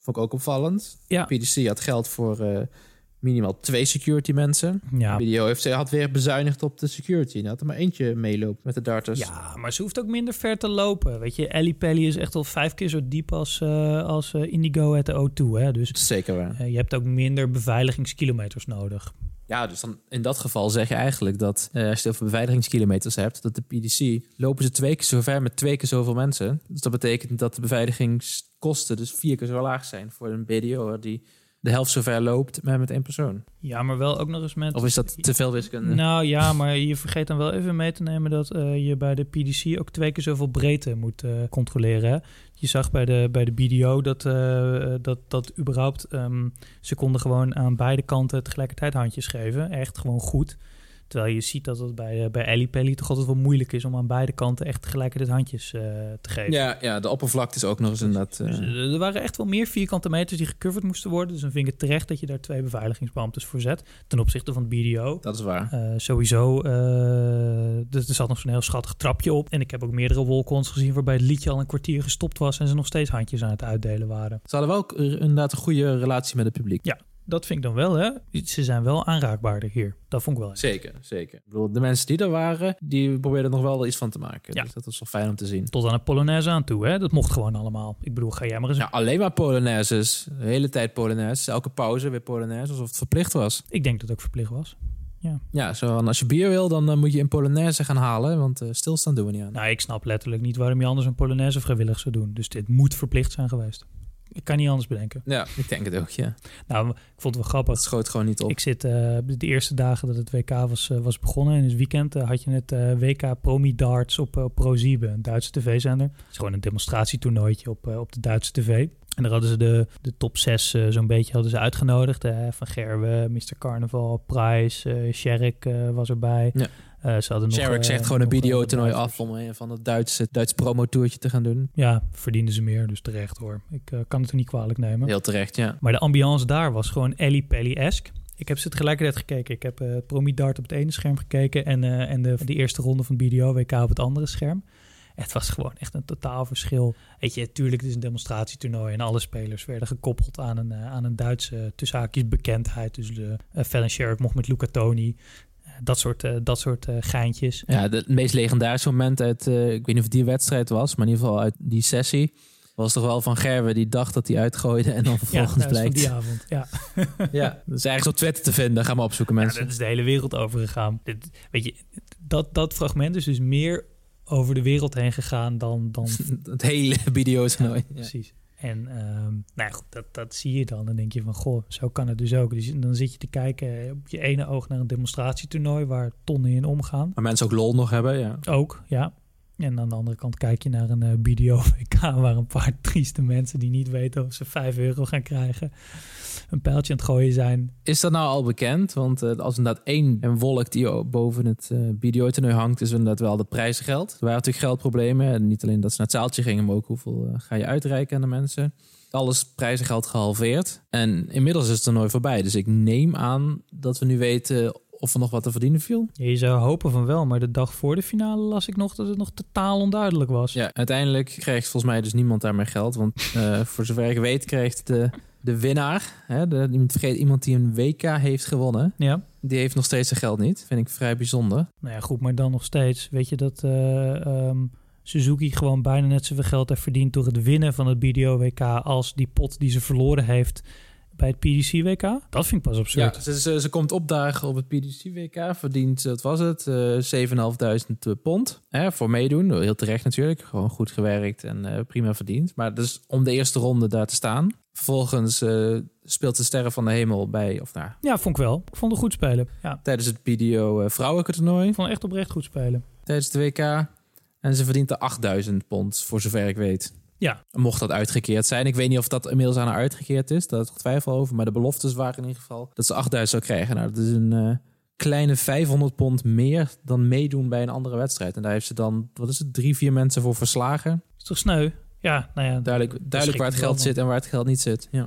Vond ik ook opvallend. Ja. P D C had geld voor uh, minimaal twee security mensen. Ja. B D O heeft, had weer bezuinigd op de security. Hij had er maar eentje meelopen met de darters. Ja, maar ze hoeft ook minder ver te lopen. Weet je, Ellie Pelly is echt al vijf keer zo diep als, uh, als uh, Indigo at de O twee. Hè? Dus, zeker waar. Uh, je hebt ook minder beveiligingskilometers nodig. Ja, dus dan in dat geval zeg je eigenlijk dat uh, als je over beveiligingskilometers hebt, dat de P D C lopen ze twee keer zo ver met twee keer zoveel mensen. Dus dat betekent dat de beveiligingskosten dus vier keer zo laag zijn voor een B D O die de helft zo ver loopt met, met één persoon. Ja, maar wel ook nog eens met... Of is dat te veel wiskunde? Nou ja, maar je vergeet dan wel even mee te nemen dat uh, je bij de P D C ook twee keer zoveel breedte moet uh, controleren. Hè? Je zag bij de, bij de B D O dat, uh, dat, dat überhaupt... Um, ze konden gewoon aan beide kanten tegelijkertijd handjes geven. Echt gewoon goed. Terwijl je ziet dat het bij, uh, bij Ellie Pelly toch altijd wel moeilijk is om aan beide kanten echt tegelijkertijd handjes uh, te geven. Ja, ja, de oppervlakte is ook nog eens inderdaad... Uh... Dus, uh, er waren echt wel meer vierkante meters die gecoverd moesten worden. Dus dan vind ik het terecht dat je daar twee beveiligingsbeambten voor zet. Ten opzichte van de B D O. Dat is waar. Uh, sowieso, uh, dus er zat nog zo'n heel schattig trapje op. En ik heb ook meerdere walk-ons gezien waarbij het liedje al een kwartier gestopt was en ze nog steeds handjes aan het uitdelen waren. Ze hadden wel ook inderdaad een goede relatie met het publiek. Ja. Dat vind ik dan wel, hè. Ze zijn wel aanraakbaarder hier. Dat vond ik wel. Zeker, zeker. Ik bedoel, de mensen die er waren, die probeerden nog wel iets van te maken. Ja. Dus dat was wel fijn om te zien. Tot aan de Polonaise aan toe, hè. Dat mocht gewoon allemaal. Ik bedoel, ga jij maar eens... Ja, alleen maar Polonaises. De hele tijd Polonaises. Elke pauze weer Polonaise, alsof het verplicht was. Ik denk dat het ook verplicht was. Ja, ja zo, als je bier wil, dan uh, moet je een Polonaise gaan halen. Want uh, stilstaan doen we niet aan. Nou, ik snap letterlijk niet waarom je anders een Polonaise vrijwillig zou doen. Dus dit moet verplicht zijn geweest. Ik kan niet anders bedenken. Ja, ik denk het ook, ja. Nou, ik vond het wel grappig. Het schoot gewoon niet op. Ik zit uh, de eerste dagen dat het W K was, uh, was begonnen. In het weekend uh, had je het uh, W K Promi Darts op uh, ProSieben, een Duitse tv-zender. Het is gewoon een demonstratietoernooitje op, uh, op de Duitse tv. En daar hadden ze de, de top zes uh, zo'n beetje hadden ze uitgenodigd. Uh, Van Gerwen, mister Carnaval, Price, uh, Sherrick uh, was erbij. Ja. Uh, ze hadden Sherrick nog, zegt uh, gewoon een B D O-toernooi uh, af om een van het Duitse, Duits promotoertje te gaan doen. Ja, verdienden ze meer, dus terecht hoor. Ik uh, kan het er niet kwalijk nemen. Heel terecht, ja. Maar de ambiance daar was gewoon Ellie Pelly-esque. Ik heb ze tegelijkertijd gekeken. Ik heb uh, het Promi Dart op het ene scherm gekeken en, uh, en de, de eerste ronde van het B D O W K op het andere scherm. Het was gewoon echt een totaal verschil. Weet je, tuurlijk, het is een demonstratietoernooi en alle spelers werden gekoppeld aan een, uh, aan een Duitse tussen haakjes bekendheid. Dus de uh, Fallon Sherrick mocht met Luca Toni. Uh, dat soort, uh, dat soort uh, geintjes. Ja, het meest legendarische moment uit, uh, ik weet niet of het die wedstrijd was, maar in ieder geval uit die sessie, was toch wel Van Gerwen die dacht dat hij uitgooide en dan vervolgens ja, blijkt. die avond, ja. Ja, dat is eigenlijk op Twitter te vinden. Ga maar opzoeken, mensen. Ja, dat is de hele wereld overgegaan. Dit, weet je, dat, dat fragment is dus meer over de wereld heen gegaan dan... dan... het hele B D O-toernooi. Ja, precies. En um, nou ja, goed, dat, dat zie je dan. Dan denk je van, goh, zo kan het dus ook. Dus dan zit je te kijken op je ene oog naar een demonstratietoernooi waar tonnen in omgaan. Maar mensen ook lol nog hebben, ja. Ook, ja. En aan de andere kant kijk je naar een uh, B D O W K waar een paar trieste mensen die niet weten of ze vijf euro gaan krijgen, een pijltje aan het gooien zijn. Is dat nou al bekend? Want uh, als inderdaad één een wolk die boven het uh, B D O-toernooi hangt, is inderdaad wel de prijzengeld. Er waren natuurlijk geldproblemen. En niet alleen dat ze naar het zaaltje gingen, maar ook hoeveel uh, ga je uitreiken aan de mensen. Alles prijzengeld gehalveerd. En inmiddels is het toernooi voorbij. Dus ik neem aan dat we nu weten of er nog wat te verdienen viel. Ja, je zou hopen van wel, maar de dag voor de finale las ik nog dat het nog totaal onduidelijk was. Ja, uiteindelijk krijgt volgens mij dus niemand daar meer geld. Want uh, voor zover ik weet krijgt de, de winnaar, hè, de, niet vergeet, iemand die een W K heeft gewonnen, ja. Die heeft nog steeds zijn geld niet. Vind ik vrij bijzonder. Nou ja, goed, maar dan nog steeds. Weet je dat uh, um, Suzuki gewoon bijna net zoveel geld heeft verdiend door het winnen van het B D O W K als die pot die ze verloren heeft bij het P D C W K? Dat vind ik pas absurd. Ja, ze, ze, ze komt opdagen op het P D C W K. Verdient, wat was het? Uh, zevenduizend vijfhonderd pond. Hè, voor meedoen. Heel terecht natuurlijk. Gewoon goed gewerkt en uh, prima verdiend. Maar dus om de eerste ronde daar te staan. Vervolgens uh, speelt de Sterren van de Hemel bij. Of nou, ja, vond ik wel. Ik vond het goed spelen. Ja. Tijdens het P D O uh, vrouwelijke toernooi. Ik vond het echt oprecht goed spelen. Tijdens de W K. En ze verdient er achtduizend pond, voor zover ik weet. Ja. Mocht dat uitgekeerd zijn. Ik weet niet of dat inmiddels aan haar uitgekeerd is. Daar is toch twijfel over. Maar de beloftes waren in ieder geval dat ze achtduizend zou krijgen. Nou, dat is een uh, kleine vijfhonderd pond meer dan meedoen bij een andere wedstrijd. En daar heeft ze dan, wat is het, drie, vier mensen voor verslagen. Is toch sneu? Ja, nou ja. Duidelijk, duidelijk waar het geld zit en waar het geld niet zit. Ja.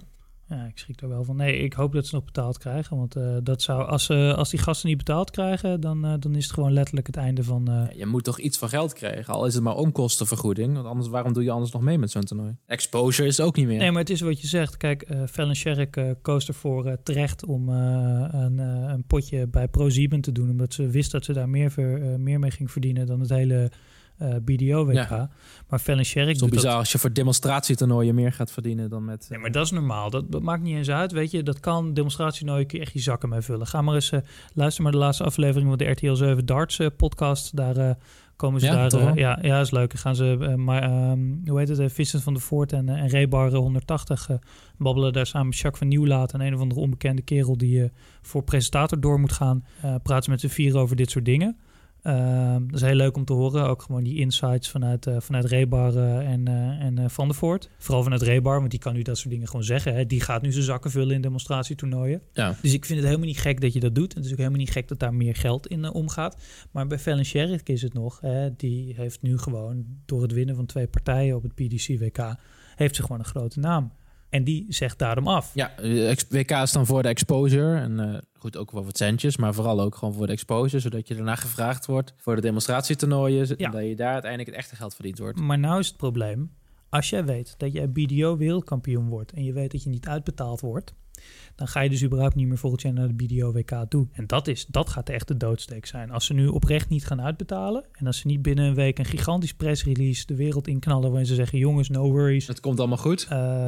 Ja, ik schrik er wel van. Nee, ik hoop dat ze nog betaald krijgen. Want uh, dat zou, als, uh, als die gasten niet betaald krijgen, dan, uh, dan is het gewoon letterlijk het einde van... Uh... Ja, je moet toch iets van geld krijgen, al is het maar onkostenvergoeding. Want anders, waarom doe je anders nog mee met zo'n toernooi? Exposure is ook niet meer. Nee, maar het is wat je zegt. Kijk, uh, Fallon Sherrock uh, koos ervoor uh, terecht om uh, een, uh, een potje bij ProSieben te doen. Omdat ze wist dat ze daar meer, ver, uh, meer mee ging verdienen dan het hele... Uh, B D O W K. Ja. Maar Fallon Sherrock zo bizar dat... als je voor demonstratietoernooien meer gaat verdienen dan met... Nee, maar dat is normaal. Dat, dat maakt niet eens uit, weet je. Dat kan, demonstratietoernooien kun je echt je zakken mee vullen. Ga maar eens, uh, luister maar de laatste aflevering van de R T L zeven Darts uh, podcast. Daar uh, komen ze ja, daar... Uh, ja, ja, is leuk. Dan gaan ze, uh, maar, um, hoe heet het, uh, Vincent van der Voort en, uh, en Rebar honderdtachtig uh, babbelen daar samen met Jacques van Nieuwlaat en een of andere onbekende kerel die uh, voor presentator door moet gaan. Uh, praten ze met z'n vier over dit soort dingen. Uh, dat is heel leuk om te horen. Ook gewoon die insights vanuit, uh, vanuit Rebar uh, en, uh, en uh, Van der Voort. Vooral vanuit Rebar, want die kan nu dat soort dingen gewoon zeggen. Hè. Die gaat nu zijn zakken vullen in demonstratietoernooien. Ja. Dus ik vind het helemaal niet gek dat je dat doet. En het is ook helemaal niet gek dat daar meer geld in uh, omgaat. Maar bij Fallon Sherrock is het nog. Hè, die heeft nu gewoon door het winnen van twee partijen op het P D C W K... heeft ze gewoon een grote naam. En die zegt daarom af. Ja, W K is dan voor de exposure. En uh, goed, ook wel wat centjes. Maar vooral ook gewoon voor de exposure. Zodat je daarna gevraagd wordt voor de demonstratietoernooien. Ja. En dat je daar uiteindelijk het echte geld verdiend wordt. Maar nou is het probleem. Als jij weet dat je B D O wereldkampioen wordt. En je weet dat je niet uitbetaald wordt. Dan ga je dus überhaupt niet meer volgend jaar naar de B D O W K toe. En dat, is, dat gaat de echte doodsteek zijn. Als ze nu oprecht niet gaan uitbetalen... en als ze niet binnen een week een gigantisch pressrelease de wereld inknallen... waarin ze zeggen, jongens, no worries. Het komt allemaal goed. Uh,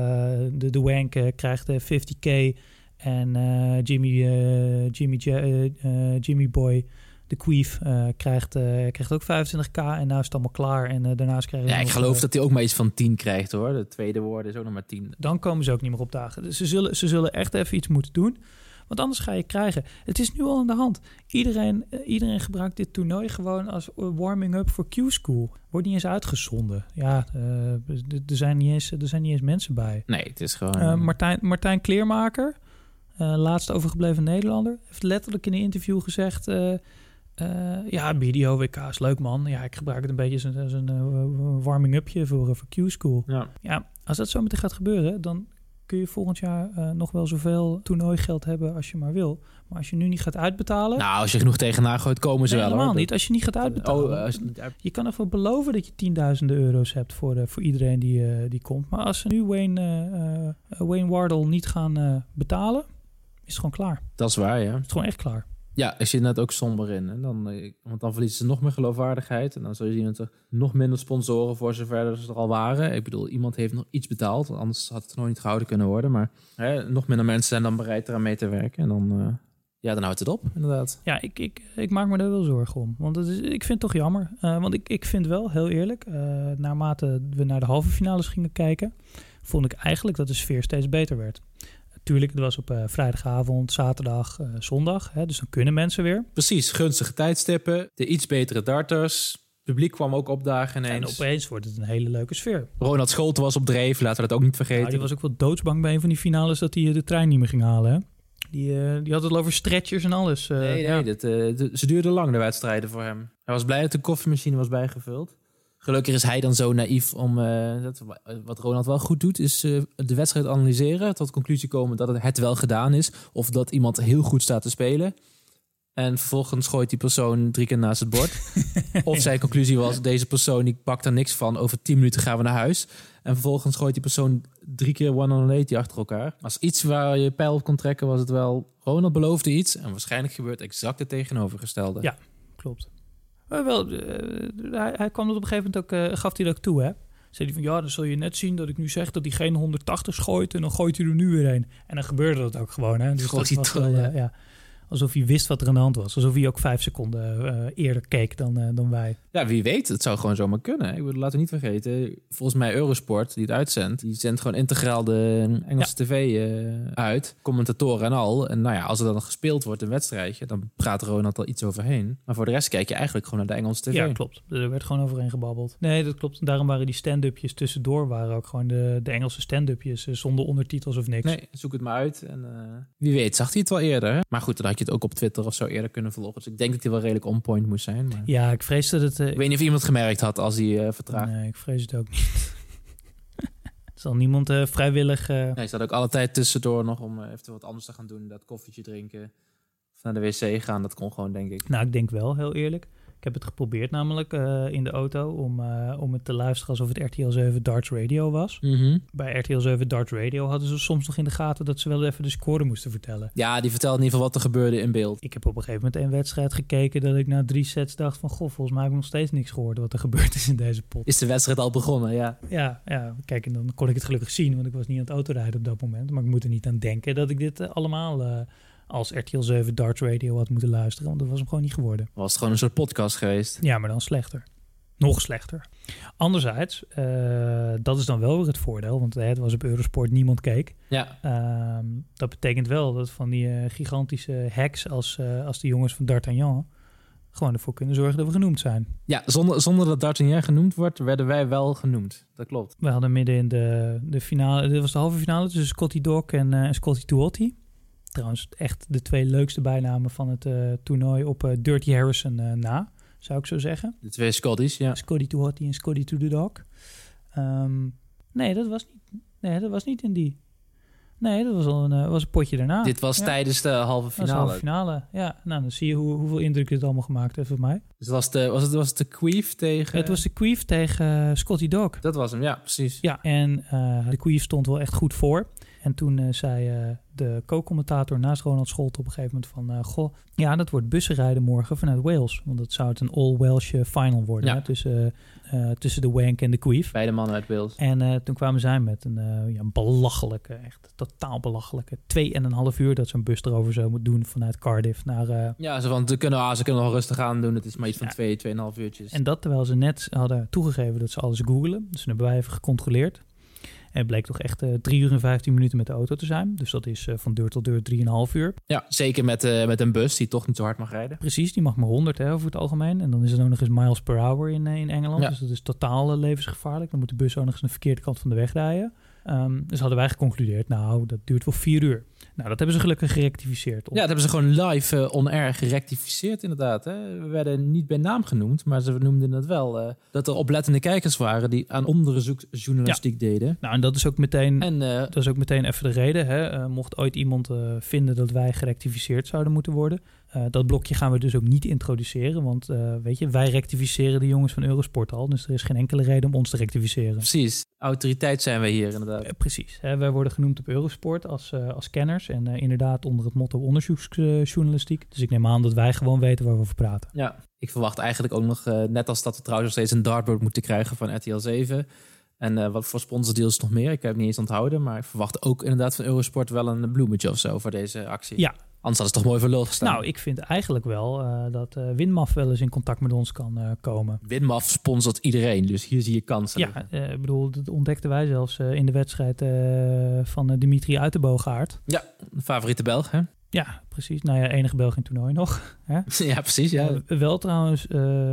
de de Wank uh, krijgt uh, vijftig k en uh, Jimmy, uh, Jimmy, uh, uh, Jimmy Boy... De Queef uh, krijgt, uh, krijgt ook vijfentwintig k en nou is het allemaal klaar. En uh, daarnaast krijgen Ja, ik nog, geloof uh, dat hij ook maar iets van tien krijgt hoor. De tweede woord is ook nog maar tien. Dan komen ze ook niet meer opdagen. Dus ze zullen, ze zullen echt even iets moeten doen. Want anders ga je krijgen. Het is nu al aan de hand. Iedereen, uh, iedereen gebruikt dit toernooi gewoon als warming-up voor Q-School. Wordt niet eens uitgezonden. Ja, uh, er zijn niet eens, er zijn niet eens mensen bij. Nee, het is gewoon... Uh, Martijn, Martijn Kleermaker, uh, laatste overgebleven Nederlander, heeft letterlijk in een interview gezegd... Uh, Uh, ja, B D O W K is leuk, man. Ja, ik gebruik het een beetje als een, als een uh, warming-upje voor, uh, voor Q-School. Ja. ja, als dat zo meteen gaat gebeuren, dan kun je volgend jaar uh, nog wel zoveel toernooigeld hebben als je maar wil. Maar als je nu niet gaat uitbetalen... Nou, als je genoeg tegenaan gooit, komen ze nee, wel. Helemaal hoor. niet. Als je niet gaat uitbetalen. Oh, als je, niet uit... je kan ervoor beloven dat je tienduizenden euro's hebt voor, de, voor iedereen die, uh, die komt. Maar als ze nu Wayne, uh, uh, Wayne Wardle niet gaan uh, betalen, is het gewoon klaar. Dat is waar, ja. Is het gewoon echt klaar. Ja, er zit net ook somber in. Hè? Dan, want dan verliezen ze nog meer geloofwaardigheid. En dan zul je zien dat er nog minder sponsoren voor zover ze er al waren. Ik bedoel, iemand heeft nog iets betaald. Anders had het nog niet gehouden kunnen worden. Maar hè, nog minder mensen zijn dan bereid eraan mee te werken. En dan, uh, ja, dan houdt het op, inderdaad. Ja, ik, ik, ik maak me daar wel zorgen om. Want het is, ik vind het toch jammer. Uh, want ik, ik vind wel, heel eerlijk, uh, naarmate we naar de halve finales gingen kijken, vond ik eigenlijk dat de sfeer steeds beter werd. Tuurlijk, het was op uh, vrijdagavond, zaterdag, uh, zondag. Hè, dus dan kunnen mensen weer. Precies, gunstige tijdstippen. De iets betere darters. Het publiek kwam ook opdagen ineens. En opeens wordt het een hele leuke sfeer. Ronald Scholten was op dreef, laten we dat ook niet vergeten. Nou, die was ook wel doodsbang bij een van die finales dat hij de trein niet meer ging halen. Hè? Die, uh, die had het al over stretchers en alles. Uh, nee, nee, ja. dat, uh, de, ze duurden lang, de wedstrijden voor hem. Hij was blij dat de koffiemachine was bijgevuld. Gelukkig is hij dan zo naïef om... Uh, dat, wat Ronald wel goed doet, is uh, de wedstrijd analyseren. Tot de conclusie komen dat het, het wel gedaan is. Of dat iemand heel goed staat te spelen. En vervolgens gooit die persoon drie keer naast het bord. Of zijn conclusie was, deze persoon die pakt er niks van. Over tien minuten gaan we naar huis. En vervolgens gooit die persoon drie keer one-on-eighty achter elkaar. Als iets waar je pijl op kon trekken, was het wel... Ronald beloofde iets en waarschijnlijk gebeurt exact het tegenovergestelde. Ja, klopt. Maar wel, uh, hij, hij kwam dat op een gegeven moment ook, uh, gaf hij dat ook toe, hè? Zei hij van, ja, dan zul je net zien dat ik nu zeg dat hij geen honderdtachtig gooit en dan gooit hij er nu weer een. En dan gebeurde dat ook gewoon, hè? Dus gooit dat was wel, uh, ja. Alsof hij wist wat er aan de hand was. Alsof hij ook vijf seconden uh, eerder keek dan, uh, dan wij. Ja, wie weet. Het zou gewoon zomaar kunnen. Ik bedoel, laten we niet vergeten. Volgens mij Eurosport, die het uitzendt, die zendt gewoon integraal de Engelse ja. tv uh, uit. Commentatoren en al. En nou ja, als er dan gespeeld wordt een wedstrijdje, dan praat Ronald al iets overheen. Maar voor de rest kijk je eigenlijk gewoon naar de Engelse tv. Ja, klopt. Er werd gewoon overheen gebabbeld. Nee, dat klopt. En daarom waren die stand-upjes tussendoor waren ook gewoon de, de Engelse stand-upjes uh, zonder ondertitels of niks. Nee, zoek het maar uit. En uh, wie weet zag hij het wel eerder. Hè? Maar goed, dan had je het ook op Twitter of zo eerder kunnen volgen. Dus ik denk dat hij wel redelijk on point moest zijn. Maar... Ja, ik vrees dat het... Uh, ik weet niet of iemand gemerkt had als hij uh, vertraagt. Nee, ik vrees het ook niet. Het Zal niemand uh, vrijwillig... Uh... Nee, je staat ook alle tijd tussendoor nog om uh, eventueel wat anders te gaan doen. Dat koffietje drinken of naar de wc gaan. Dat kon gewoon, denk ik. Nou, ik denk wel, heel eerlijk. Ik heb het geprobeerd namelijk uh, in de auto om, uh, om het te luisteren alsof het R T L zeven Darts Radio was. Mm-hmm. Bij R T L zeven Darts Radio hadden ze soms nog in de gaten dat ze wel even de score moesten vertellen. Ja, die vertelde in ieder geval wat er gebeurde in beeld. Ik heb op een gegeven moment een wedstrijd gekeken dat ik na drie sets dacht van goh, volgens mij heb ik nog steeds niks gehoord wat er gebeurd is in deze pot. Is de wedstrijd al begonnen, ja. Ja, ja, kijk, en dan kon ik het gelukkig zien, want ik was niet aan het autorijden op dat moment. Maar ik moet er niet aan denken dat ik dit uh, allemaal... Uh, als R T L zeven Darts Radio had moeten luisteren. Want dat was hem gewoon niet geworden. Was het gewoon een soort podcast geweest? Ja, maar dan slechter. Nog slechter. Anderzijds, uh, dat is dan wel weer het voordeel. Want uh, het was op Eurosport, niemand keek. Ja. Uh, dat betekent wel dat van die uh, gigantische hacks als, uh, als de jongens van D'Artagnan... gewoon ervoor kunnen zorgen dat we genoemd zijn. Ja, zonder, zonder dat D'Artagnan genoemd wordt, werden wij wel genoemd. Dat klopt. We hadden midden in de, de finale... Dit was de halve finale tussen Scotty Dog en, uh, en Scotty Tuotti. Trouwens, echt de twee leukste bijnamen van het uh, toernooi op uh, Dirty Harrison uh, na, zou ik zo zeggen. De twee Scotties, ja. Scotty to Hottie en Scotty to the Dog. Um, nee, dat was niet, nee, dat was niet in die. Nee, dat was al een, uh, was een potje daarna. Dit was ja. tijdens de halve finale. Dat was de halve finale, ja. Nou, dan zie je hoe, hoeveel indruk dit allemaal gemaakt heeft op mij. Dus was, de, was, het, was het de Queef tegen... Het was de Queef tegen uh, Scotty Dog. Dat was hem, ja, precies. Ja, en uh, de Queef stond wel echt goed voor. En toen uh, zei uh, de co-commentator naast Ronald Scholt op een gegeven moment van... Uh, goh, ja, dat wordt bussenrijden morgen vanuit Wales. Want dat zou het een all-Welsh final worden. Ja. Hè, tussen, uh, tussen de Wank en de Queef. Beide mannen uit Wales. En uh, toen kwamen zij met een uh, ja, belachelijke, echt totaal belachelijke... twee en een half uur dat zo'n bus erover zou moeten doen vanuit Cardiff naar... Uh, ja, ze, van, ze, kunnen, ah, ze kunnen nog rustig aan doen. Het is maar iets van ja. twee, tweeënhalf uurtjes. En dat terwijl ze net hadden toegegeven dat ze alles googelen. Dus toen hebben wij even gecontroleerd. En het bleek toch echt uh, drie uur en vijftien minuten met de auto te zijn. Dus dat is uh, van deur tot deur drieënhalf uur. Ja, zeker met, uh, met een bus die toch niet zo hard mag rijden. Precies, die mag maar honderd hè, over het algemeen. En dan is het ook nog eens miles per hour in, uh, in Engeland. Ja. Dus dat is totaal uh, levensgevaarlijk. Dan moet de bus ook nog eens aan de verkeerde kant van de weg rijden. Um, dus hadden wij geconcludeerd, nou, dat duurt wel vier uur. Nou, dat hebben ze gelukkig gerectificeerd. Ja, dat hebben ze gewoon live uh, on-air gerectificeerd inderdaad. Hè. We werden niet bij naam genoemd, maar ze noemden het wel. Uh, dat er oplettende kijkers waren die aan onderzoeksjournalistiek ja. deden. Nou, en dat is ook meteen, en, uh, dat is ook meteen even de reden. Hè. Uh, mocht ooit iemand uh, vinden dat wij gerectificeerd zouden moeten worden... Uh, dat blokje gaan we dus ook niet introduceren. Want uh, weet je, wij rectificeren de jongens van Eurosport al. Dus er is geen enkele reden om ons te rectificeren. Precies. Autoriteit zijn wij hier inderdaad. Uh, precies. Hè, wij worden genoemd op Eurosport als, uh, als kenners. En uh, inderdaad onder het motto onderzoeksjournalistiek. Dus ik neem aan dat wij gewoon weten waar we over praten. Ja, ik verwacht eigenlijk ook nog, uh, net als dat we trouwens nog steeds een dartboard moeten krijgen van R T L zeven... En uh, wat voor sponsordeals nog meer? Ik heb het niet eens onthouden. Maar ik verwacht ook inderdaad van Eurosport wel een bloemetje of zo voor deze actie. Ja. Anders had het toch mooi voor lul gestaan. Nou, ik vind eigenlijk wel uh, dat uh, Winmaf wel eens in contact met ons kan uh, komen. Winmaf sponsort iedereen, dus hier zie je kansen. Ja, uh, ik bedoel, dat ontdekten wij zelfs uh, in de wedstrijd uh, van uh, Dimitri Uitenboogaard. Ja, de favoriete Belg, hè? Ja, precies. Nou ja, enige Belg in het toernooi nog. Hè? Ja, precies. Ja. Uh, wel trouwens uh,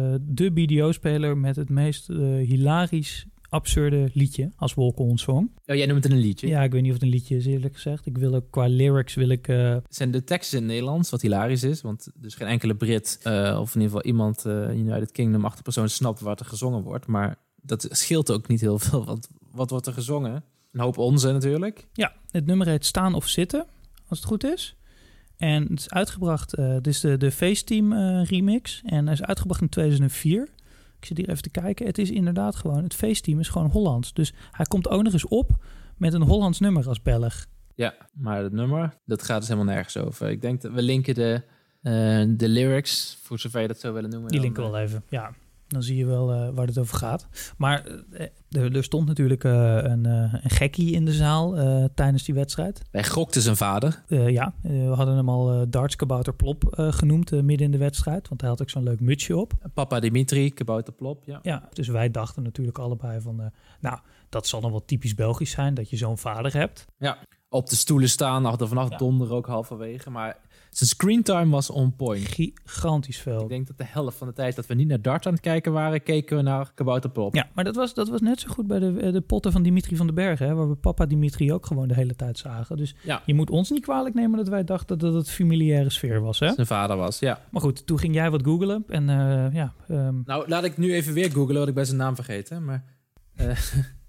de B D O-speler met het meest uh, hilarisch... absurde liedje als walk-on song. Oh, jij noemt het een liedje? Ja, ik weet niet of het een liedje is, eerlijk gezegd. Ik wil ook qua lyrics wil ik... Uh... Zijn de teksten in het Nederlands, wat hilarisch is, want dus geen enkele Brit uh, of in ieder geval iemand uh, in United Kingdom achter persoon snapt wat er gezongen wordt, maar dat scheelt ook niet heel veel, want wat wordt er gezongen? Een hoop onzin natuurlijk. Ja, het nummer heet Staan of Zitten, als het goed is. En het is uitgebracht, uh, dit is de, de Faceteam uh, remix en hij is uitgebracht in tweeduizend vier. Ik zit hier even te kijken. Het is inderdaad gewoon... Het feestteam is gewoon Hollands. Dus hij komt ook nog eens op met een Hollands nummer als Belg. Ja, maar het nummer, dat gaat dus helemaal nergens over. Ik denk dat we linken de, uh, de lyrics, voor zover je dat zou willen noemen. Die linken we wel even, ja. Dan zie je wel uh, waar het over gaat. Maar uh, er, er stond natuurlijk uh, een, uh, een gekkie in de zaal uh, tijdens die wedstrijd. Wij gokten zijn vader. Uh, ja, uh, we hadden hem al uh, Darts Kabouter Plop uh, genoemd uh, midden in de wedstrijd. Want hij had ook zo'n leuk mutsje op. Papa Dimitri, Kabouter Plop, ja. Ja, dus wij dachten natuurlijk allebei van... Uh, nou, dat zal dan wel typisch Belgisch zijn, dat je zo'n vader hebt. Ja, op de stoelen staan, achter vanaf ja. donder ook halverwege, maar... Zijn screentime was on point. Gigantisch veel. Ik denk dat de helft van de tijd dat we niet naar dart aan het kijken waren, keken we naar Kabouter Plop. Ja, maar dat was, dat was net zo goed bij de, de potten van Dimitri van den Bergen, hè, waar we papa Dimitri ook gewoon de hele tijd zagen. Dus ja. Je moet ons niet kwalijk nemen dat wij dachten dat het familiaire sfeer was. Hè? Zijn vader was, ja. Maar goed, toen ging jij wat googlen en uh, ja... Um... Nou, laat ik nu even weer googlen, wat ik bij zijn naam vergeten. Maar uh,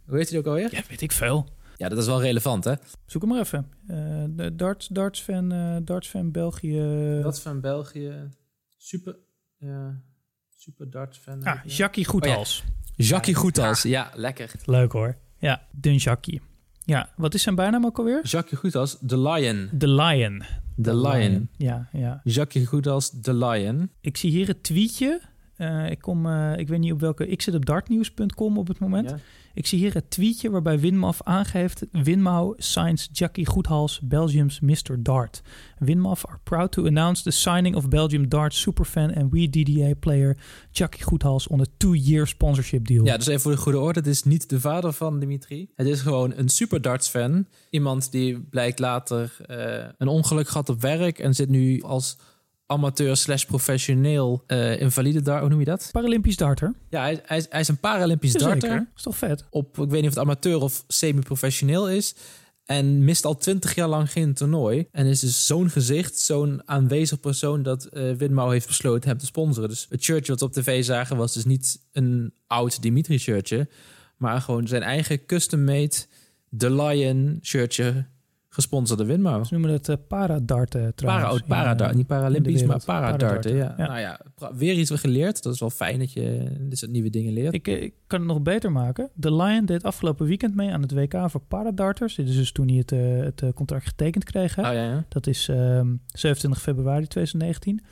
Hoe heet hij ook alweer? Ja, weet ik veel. Ja, dat is wel relevant, hè? Zoek hem maar even. Uh, de darts, darts fan, uh, darts fan België. Darts fan België. Super, uh, super darts fan. Ah, Jackie Goethals. Oh, ja. Jackie Goethals, ja. ja, lekker. Leuk hoor. Ja, Dun Jackie. Ja, wat is zijn bijnaam ook alweer? Jackie Goethals, The Lion. The Lion. The, The Lion. Lion. Ja, ja. Jackie Goethals, The Lion. Ik zie hier het tweetje. Uh, ik kom, uh, ik weet niet op welke. Ik zit op dartnieuws punt com op het moment. Ja. Ik zie hier het tweetje waarbij Winmaf aangeeft: Winmau signs Jackie Goethals, Belgium's mister Dart. Winmaf are proud to announce the signing of Belgium Dart superfan and W D D A player Jackie Goethals on a two-year sponsorship deal. Ja, dus even voor de goede orde: het is niet de vader van Dimitri. Het is gewoon een super darts fan. Iemand die blijkt later uh, een ongeluk gehad op werk en zit nu als amateur slash professioneel uh, invalide dart, hoe noem je dat? Paralympisch darter. Ja, hij, hij, hij is een Paralympisch Zeker. darter. Is toch vet? Op, ik weet niet of het amateur of semi-professioneel is. En mist al twintig jaar lang geen toernooi. En is dus zo'n gezicht, zo'n aanwezig persoon dat uh, Winmau heeft besloten hem te sponsoren. Dus het shirtje wat we op tv zagen was dus niet een oud Dimitri shirtje. Maar gewoon zijn eigen custom-made The Lion shirtje. Gesponsorde Winmau. Ze noemen het uh, paradarten trouwens. Para, paradart, niet Paralympisch, maar paradarten. Ja. Ja. Nou ja, weer iets geleerd. Dat is wel fijn dat je dit soort nieuwe dingen leert. Ik, ik kan het nog beter maken. The Lion deed afgelopen weekend mee aan het W K voor paradarters. Dit is dus toen hij het, uh, het contract getekend kreeg. Hè? Oh, ja, ja. Dat is um, zevenentwintig februari tweeduizend negentien.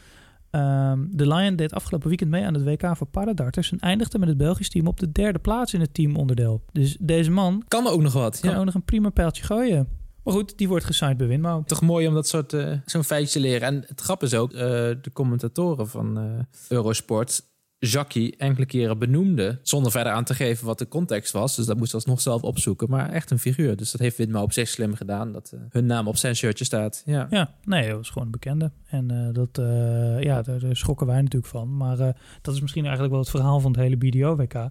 Um, The Lion deed afgelopen weekend mee aan het W K voor paradarters en eindigde met het Belgisch team op de derde plaats in het teamonderdeel. Dus deze man kan er ook nog wat. Kan ja. ook nog een prima pijltje gooien. Maar goed, die wordt gesigned bij Winmau. Toch mooi om dat soort uh, zo'n feitje te leren. En het grap is ook, uh, de commentatoren van uh, Eurosport Jackie enkele keren benoemde, zonder verder aan te geven wat de context was. Dus dat moest alsnog zelf opzoeken. Maar echt een figuur. Dus dat heeft Winmau op zich slim gedaan, dat uh, hun naam op zijn shirtje staat. Ja, ja nee, dat was gewoon een bekende. En uh, dat, uh, ja, daar, daar schrokken wij natuurlijk van. Maar uh, dat is misschien eigenlijk wel het verhaal van het hele B D O W K.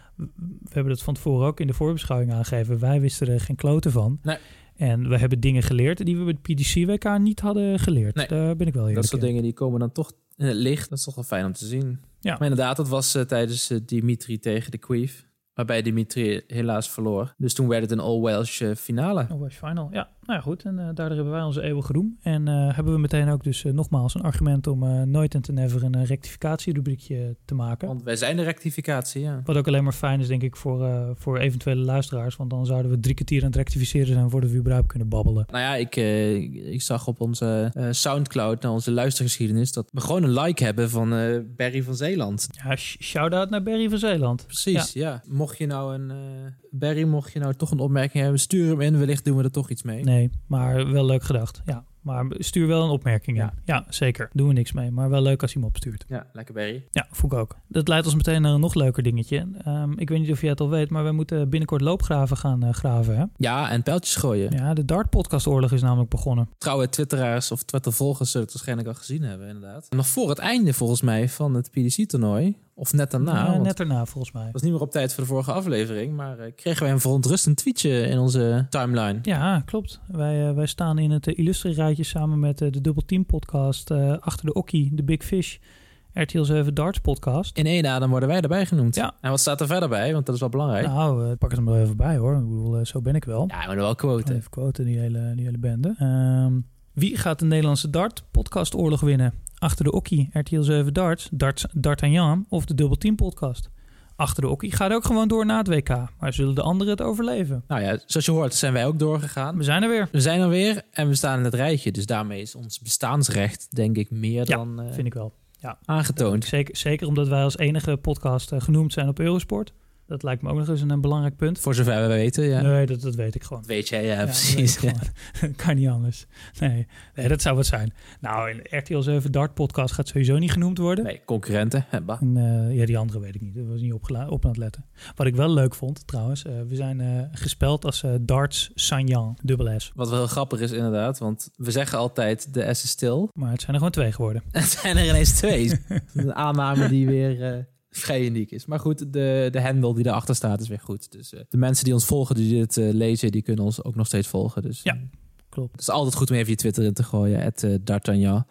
We hebben dat van tevoren ook in de voorbeschouwing aangegeven. Wij wisten er geen kloten van. Nee. En we hebben dingen geleerd die we bij het P D C W K niet hadden geleerd. Nee, daar ben ik wel eerlijk in. Dat soort dingen die komen dan toch in het licht. Dat is toch wel fijn om te zien. Ja. Maar inderdaad, dat was uh, tijdens uh, Dimitri tegen de Queef. Waarbij Dimitri helaas verloor. Dus toen werd het een All-Welsh uh, finale. All-Welsh final, ja. Nou ja, goed. En uh, daardoor hebben wij onze eeuwige roem. En uh, hebben we meteen ook dus uh, nogmaals een argument om uh, nooit en te never een uh, rectificatierubriekje te maken. Want wij zijn de rectificatie, ja. Wat ook alleen maar fijn is, denk ik, voor, uh, voor eventuele luisteraars. Want dan zouden we drie kwartier aan het rectificeren zijn voordat we überhaupt kunnen babbelen. Nou ja, ik, uh, ik zag op onze uh, Soundcloud, naar onze luistergeschiedenis, dat we gewoon een like hebben van uh, Barry van Zeeland. Ja, sh- shout-out naar Barry van Zeeland. Precies, ja. ja. Mocht je nou een... Uh, Barry, mocht je nou toch een opmerking hebben, stuur hem in. Wellicht doen we er toch iets mee. Nee, maar wel leuk gedacht. Ja, maar stuur wel een opmerking in. Ja, ja zeker. Doen we niks mee. Maar wel leuk als hij hem opstuurt. Ja, lekker Barry. Ja, vond ik ook. Dat leidt ons meteen naar een nog leuker dingetje. Um, ik weet niet of jij het al weet, maar we moeten binnenkort loopgraven gaan uh, graven. Hè? Ja, en pijltjes gooien. Ja, de Dart Podcast Oorlog is namelijk begonnen. Trouwe twitteraars of Twitter-volgers zullen het waarschijnlijk al gezien hebben, inderdaad. Nog voor het einde, volgens mij, van het P D C-toernooi. Of net daarna. Ja, net daarna, volgens mij. Het was niet meer op tijd voor de vorige aflevering. Maar uh, kregen wij een verontrustend tweetje in onze timeline. Ja, klopt. Wij, uh, wij staan in het uh, illustre rijtje samen met uh, de Double Team podcast. Uh, achter de Okkie, de Big Fish, R T L zeven Darts podcast. In één adem worden wij erbij genoemd. Ja. En wat staat er verder bij? Want dat is wel belangrijk. Nou, uh, pak het er maar even bij hoor. Ik bedoel, uh, zo ben ik wel. Ja, maar wel quoten. Even quoten, die hele, die hele bende. Um, wie gaat de Nederlandse Dart podcast oorlog winnen? Achter de Okkie, R T L zeven Darts, Darts D'Artagnan of de Double Team podcast. Achter de Okkie gaat ook gewoon door na het W K. Maar zullen de anderen het overleven? Nou ja, zoals je hoort zijn wij ook doorgegaan. We zijn er weer. We zijn er weer en we staan in het rijtje. Dus daarmee is ons bestaansrecht denk ik meer ja, dan uh, vind ik wel. Ja. aangetoond. Zeker, zeker omdat wij als enige podcast uh, genoemd zijn op Eurosport. Dat lijkt me ook nog eens een, een belangrijk punt. Voor zover we weten, ja. Nee, dat, dat weet ik gewoon. Dat weet jij, ja, ja precies. Ja. Kan niet anders. Nee. nee, dat zou wat zijn. Nou, in R T L zeven Dart podcast gaat sowieso niet genoemd worden. Nee, concurrenten. En, uh, ja, die andere weet ik niet. Dat was niet opgela- op aan het letten. Wat ik wel leuk vond, trouwens. Uh, we zijn uh, gespeld als uh, Darts Sagnan, dubbel S. Wat wel heel grappig is inderdaad, want we zeggen altijd de S is stil. Maar het zijn er gewoon twee geworden. Het zijn er ineens twee. Een aanname die weer... Uh... vrij uniek is. Maar goed, de, de handle die erachter staat is weer goed. Dus uh, de mensen die ons volgen, die dit uh, lezen, die kunnen ons ook nog steeds volgen. Dus, ja, klopt. Het is altijd goed om even je Twitter in te gooien. Het uh, D'Artagnan.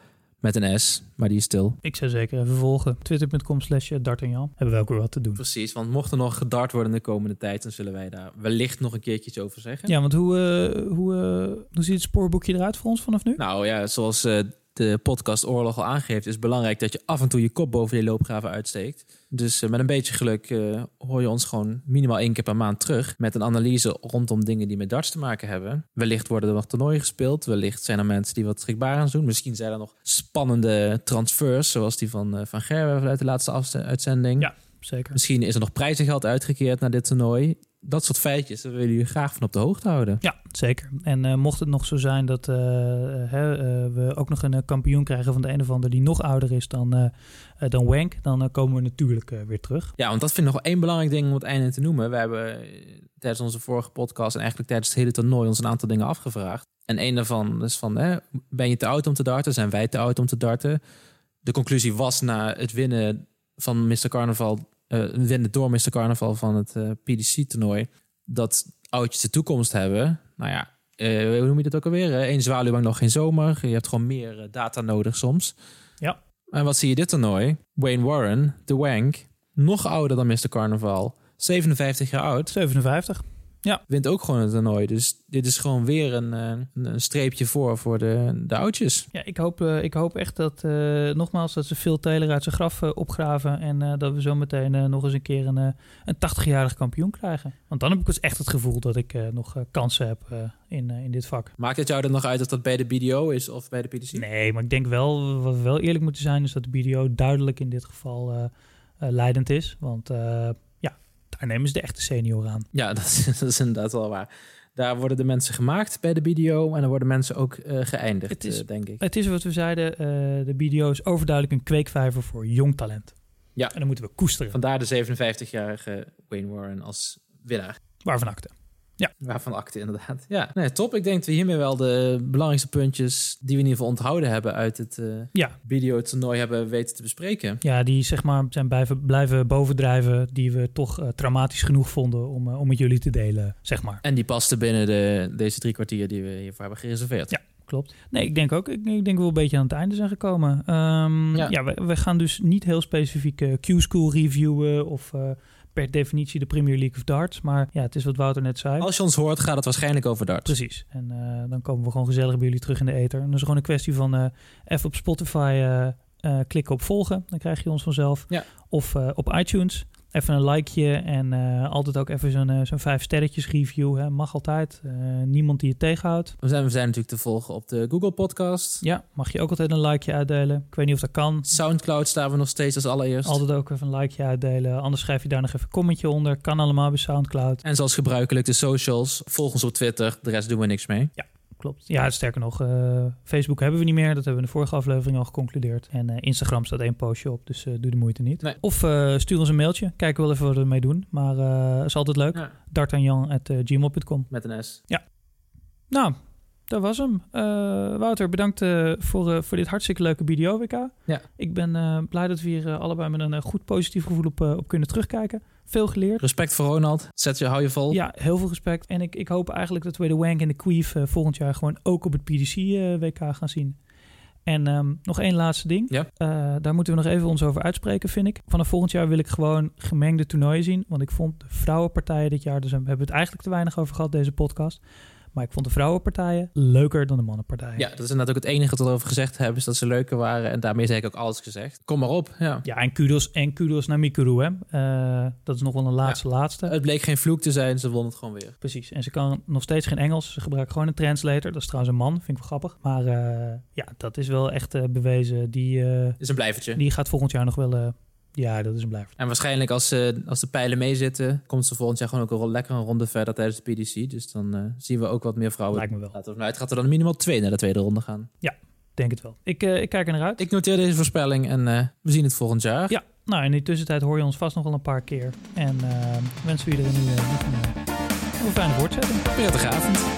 Met een S, maar die is stil. Ik zou zeker even volgen. Twitter.com slash dartanjan. Hebben we ook weer wat te doen. Precies, want mocht er nog gedart worden in de komende tijd, dan zullen wij daar wellicht nog een keertje iets over zeggen. Ja, want hoe, uh, hoe, uh, hoe ziet het spoorboekje eruit voor ons vanaf nu? Nou ja, zoals uh, de podcast Oorlog al aangeeft, is het belangrijk dat je af en toe je kop boven die loopgraven uitsteekt. Dus uh, met een beetje geluk uh, hoor je ons gewoon minimaal één keer per maand terug met een analyse rondom dingen die met darts te maken hebben. Wellicht worden er nog toernooien gespeeld. Wellicht zijn er mensen die wat schrikbaar aan doen. Misschien zijn er nog spannende transfers, zoals die van, uh, van Gerwe uit de laatste afst- uitzending. Ja, zeker. Misschien is er nog prijzengeld uitgekeerd naar dit toernooi. Dat soort feitjes, daar willen jullie graag van op de hoogte houden. Ja, zeker. En uh, mocht het nog zo zijn dat uh, hè, uh, we ook nog een uh, kampioen krijgen van de een of ander die nog ouder is dan, uh, uh, dan Wank, dan uh, komen we natuurlijk uh, weer terug. Ja, want dat vind ik nog één belangrijk ding om het einde te noemen. We hebben uh, tijdens onze vorige podcast en eigenlijk tijdens het hele toernooi ons een aantal dingen afgevraagd. En één daarvan is van, hè, ben je te oud om te darten? Zijn wij te oud om te darten? De conclusie was na het winnen van mister Carnaval... Uh, winnen door mister Carnaval van het uh, P D C-toernooi... dat oudjes de toekomst hebben. Nou ja, uh, hoe noem je dat ook alweer? Eén zwaluw nog geen zomer. Je hebt gewoon meer uh, data nodig soms. Ja. En wat zie je dit toernooi? Wayne Warren, de Wank, nog ouder dan mister Carnaval. zevenenvijftig jaar oud. zevenenvijftig. Ja. Wint ook gewoon het toernooi. Dus dit is gewoon weer een, een, een streepje voor voor de, de oudjes. Ja, ik hoop, uh, ik hoop echt dat, uh, nogmaals, dat ze Phil Taylor uit zijn graf uh, opgraven. En uh, dat we zo meteen uh, nog eens een keer een, uh, een tachtig-jarig kampioen krijgen. Want dan heb ik dus echt het gevoel dat ik uh, nog uh, kansen heb uh, in, uh, in dit vak. Maakt het jou er nog uit of dat bij de B D O is of bij de P D C? Nee, maar ik denk wel, wat we wel eerlijk moeten zijn, is dat de B D O duidelijk in dit geval uh, uh, leidend is. Want... Uh, daar nemen ze de echte senior aan. Ja, dat is, dat is inderdaad wel waar. Daar worden de mensen gemaakt bij de B D O en dan worden mensen ook uh, geëindigd, het is, uh, denk ik. Het is wat we zeiden, uh, de B D O is overduidelijk een kweekvijver voor jong talent. Ja. En dan moeten we koesteren. Vandaar de zevenenvijftigjarige Wayne Warren als winnaar. Waarvan akte. Ja. Waarvan akte, inderdaad. Ja, nee, top. Ik denk dat we hiermee wel de belangrijkste puntjes die we in ieder geval onthouden hebben uit het uh, ja. B D O-toernooi hebben weten te bespreken. Ja, die zeg maar zijn blijven, blijven bovendrijven die we toch uh, traumatisch genoeg vonden om, uh, om met jullie te delen, zeg maar. En die pasten binnen de, deze drie kwartier die we hiervoor hebben gereserveerd. Ja. Klopt. Nee, ik denk ook. Ik, ik denk dat we een beetje aan het einde zijn gekomen. Um, ja, ja we, we gaan dus niet heel specifiek uh, Q-School reviewen of uh, per definitie de Premier League of Darts. Maar ja, het is wat Wouter net zei. Als je ons hoort, gaat het waarschijnlijk over darts. Precies. En uh, dan komen we gewoon gezellig bij jullie terug in de ether. En dat is gewoon een kwestie van uh, even op Spotify uh, uh, klikken op volgen. Dan krijg je ons vanzelf. Ja. Of uh, op iTunes. Even een likeje en uh, altijd ook even zo'n, uh, zo'n vijf sterretjes review. Hè. Mag altijd. Uh, niemand die je tegenhoudt. We zijn, we zijn natuurlijk te volgen op de Google Podcast. Ja, mag je ook altijd een likeje uitdelen. Ik weet niet of dat kan. Soundcloud staan we nog steeds als allereerst. Altijd ook even een likeje uitdelen. Anders schrijf je daar nog even een commentje onder. Kan allemaal bij Soundcloud. En zoals gebruikelijk de socials. Volg ons op Twitter. De rest doen we niks mee. Ja. Klopt. Ja, sterker nog, uh, Facebook hebben we niet meer. Dat hebben we in de vorige aflevering al geconcludeerd. En uh, Instagram staat één postje op, dus uh, doe de moeite niet. Nee. Of uh, stuur ons een mailtje. Kijken we wel even wat we ermee doen. Maar het uh, is altijd leuk. Ja. dartanjan at gmail dot com. Met een S. Ja. Nou, dat was hem. Uh, Wouter, bedankt uh, voor, uh, voor dit hartstikke leuke B D O-W K. Ja. Ik ben uh, blij dat we hier uh, allebei met een uh, goed positief gevoel op, uh, op kunnen terugkijken. Veel geleerd. Respect voor Ronald. Zet je, hou je vol. Ja, heel veel respect. En ik, ik hoop eigenlijk dat we de Wank en de Queef uh, volgend jaar gewoon ook op het P D C-W K uh, gaan zien. En um, nog één laatste ding. Ja. Uh, daar moeten we nog even ons over uitspreken, vind ik. Vanaf volgend jaar wil ik gewoon gemengde toernooien zien. Want ik vond de vrouwenpartijen dit jaar, dus we hebben het eigenlijk te weinig over gehad, deze podcast. Maar ik vond de vrouwenpartijen leuker dan de mannenpartijen. Ja, dat is inderdaad ook het enige wat we erover gezegd hebben, is dat ze leuker waren. En daarmee zei ik ook alles gezegd. Kom maar op. Ja, ja en, kudos, en kudos naar Mikuru, hè. Uh, dat is nog wel een laatste ja. laatste. Het bleek geen vloek te zijn, ze won het gewoon weer. Precies. En ze kan nog steeds geen Engels. Ze gebruikt gewoon een translator. Dat is trouwens een man, vind ik wel grappig. Maar uh, ja, dat is wel echt uh, bewezen. Die uh, is een blijvertje. Die gaat volgend jaar nog wel... Uh, Ja, dat is een blijver. En waarschijnlijk als, uh, als de pijlen meezitten, komt ze volgend jaar gewoon ook een lekker een ronde verder tijdens de P D C. Dus dan uh, zien we ook wat meer vrouwen. Lijkt me wel. Laten we vanuit gaat er dan minimaal twee naar de tweede ronde gaan. Ja, denk het wel. Ik, uh, ik kijk er naar uit. Ik noteer deze voorspelling en uh, we zien het volgend jaar. Ja, nou in die tussentijd hoor je ons vast nog wel een paar keer. En uh, wensen we iedereen nu uh, nog een, uh, een fijne voortzetting. Prettige avond.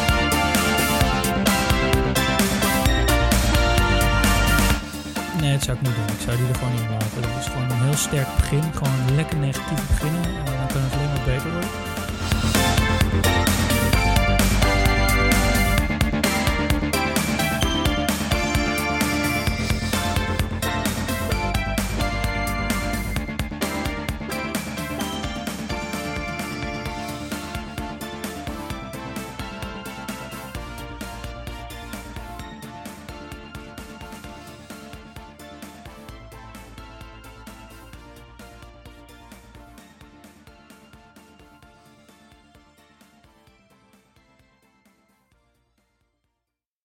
Het zou ik niet doen. Ik zou die er gewoon in laten. Dat is gewoon een heel sterk begin. Gewoon lekker negatief beginnen. En dan kan het alleen maar beter worden.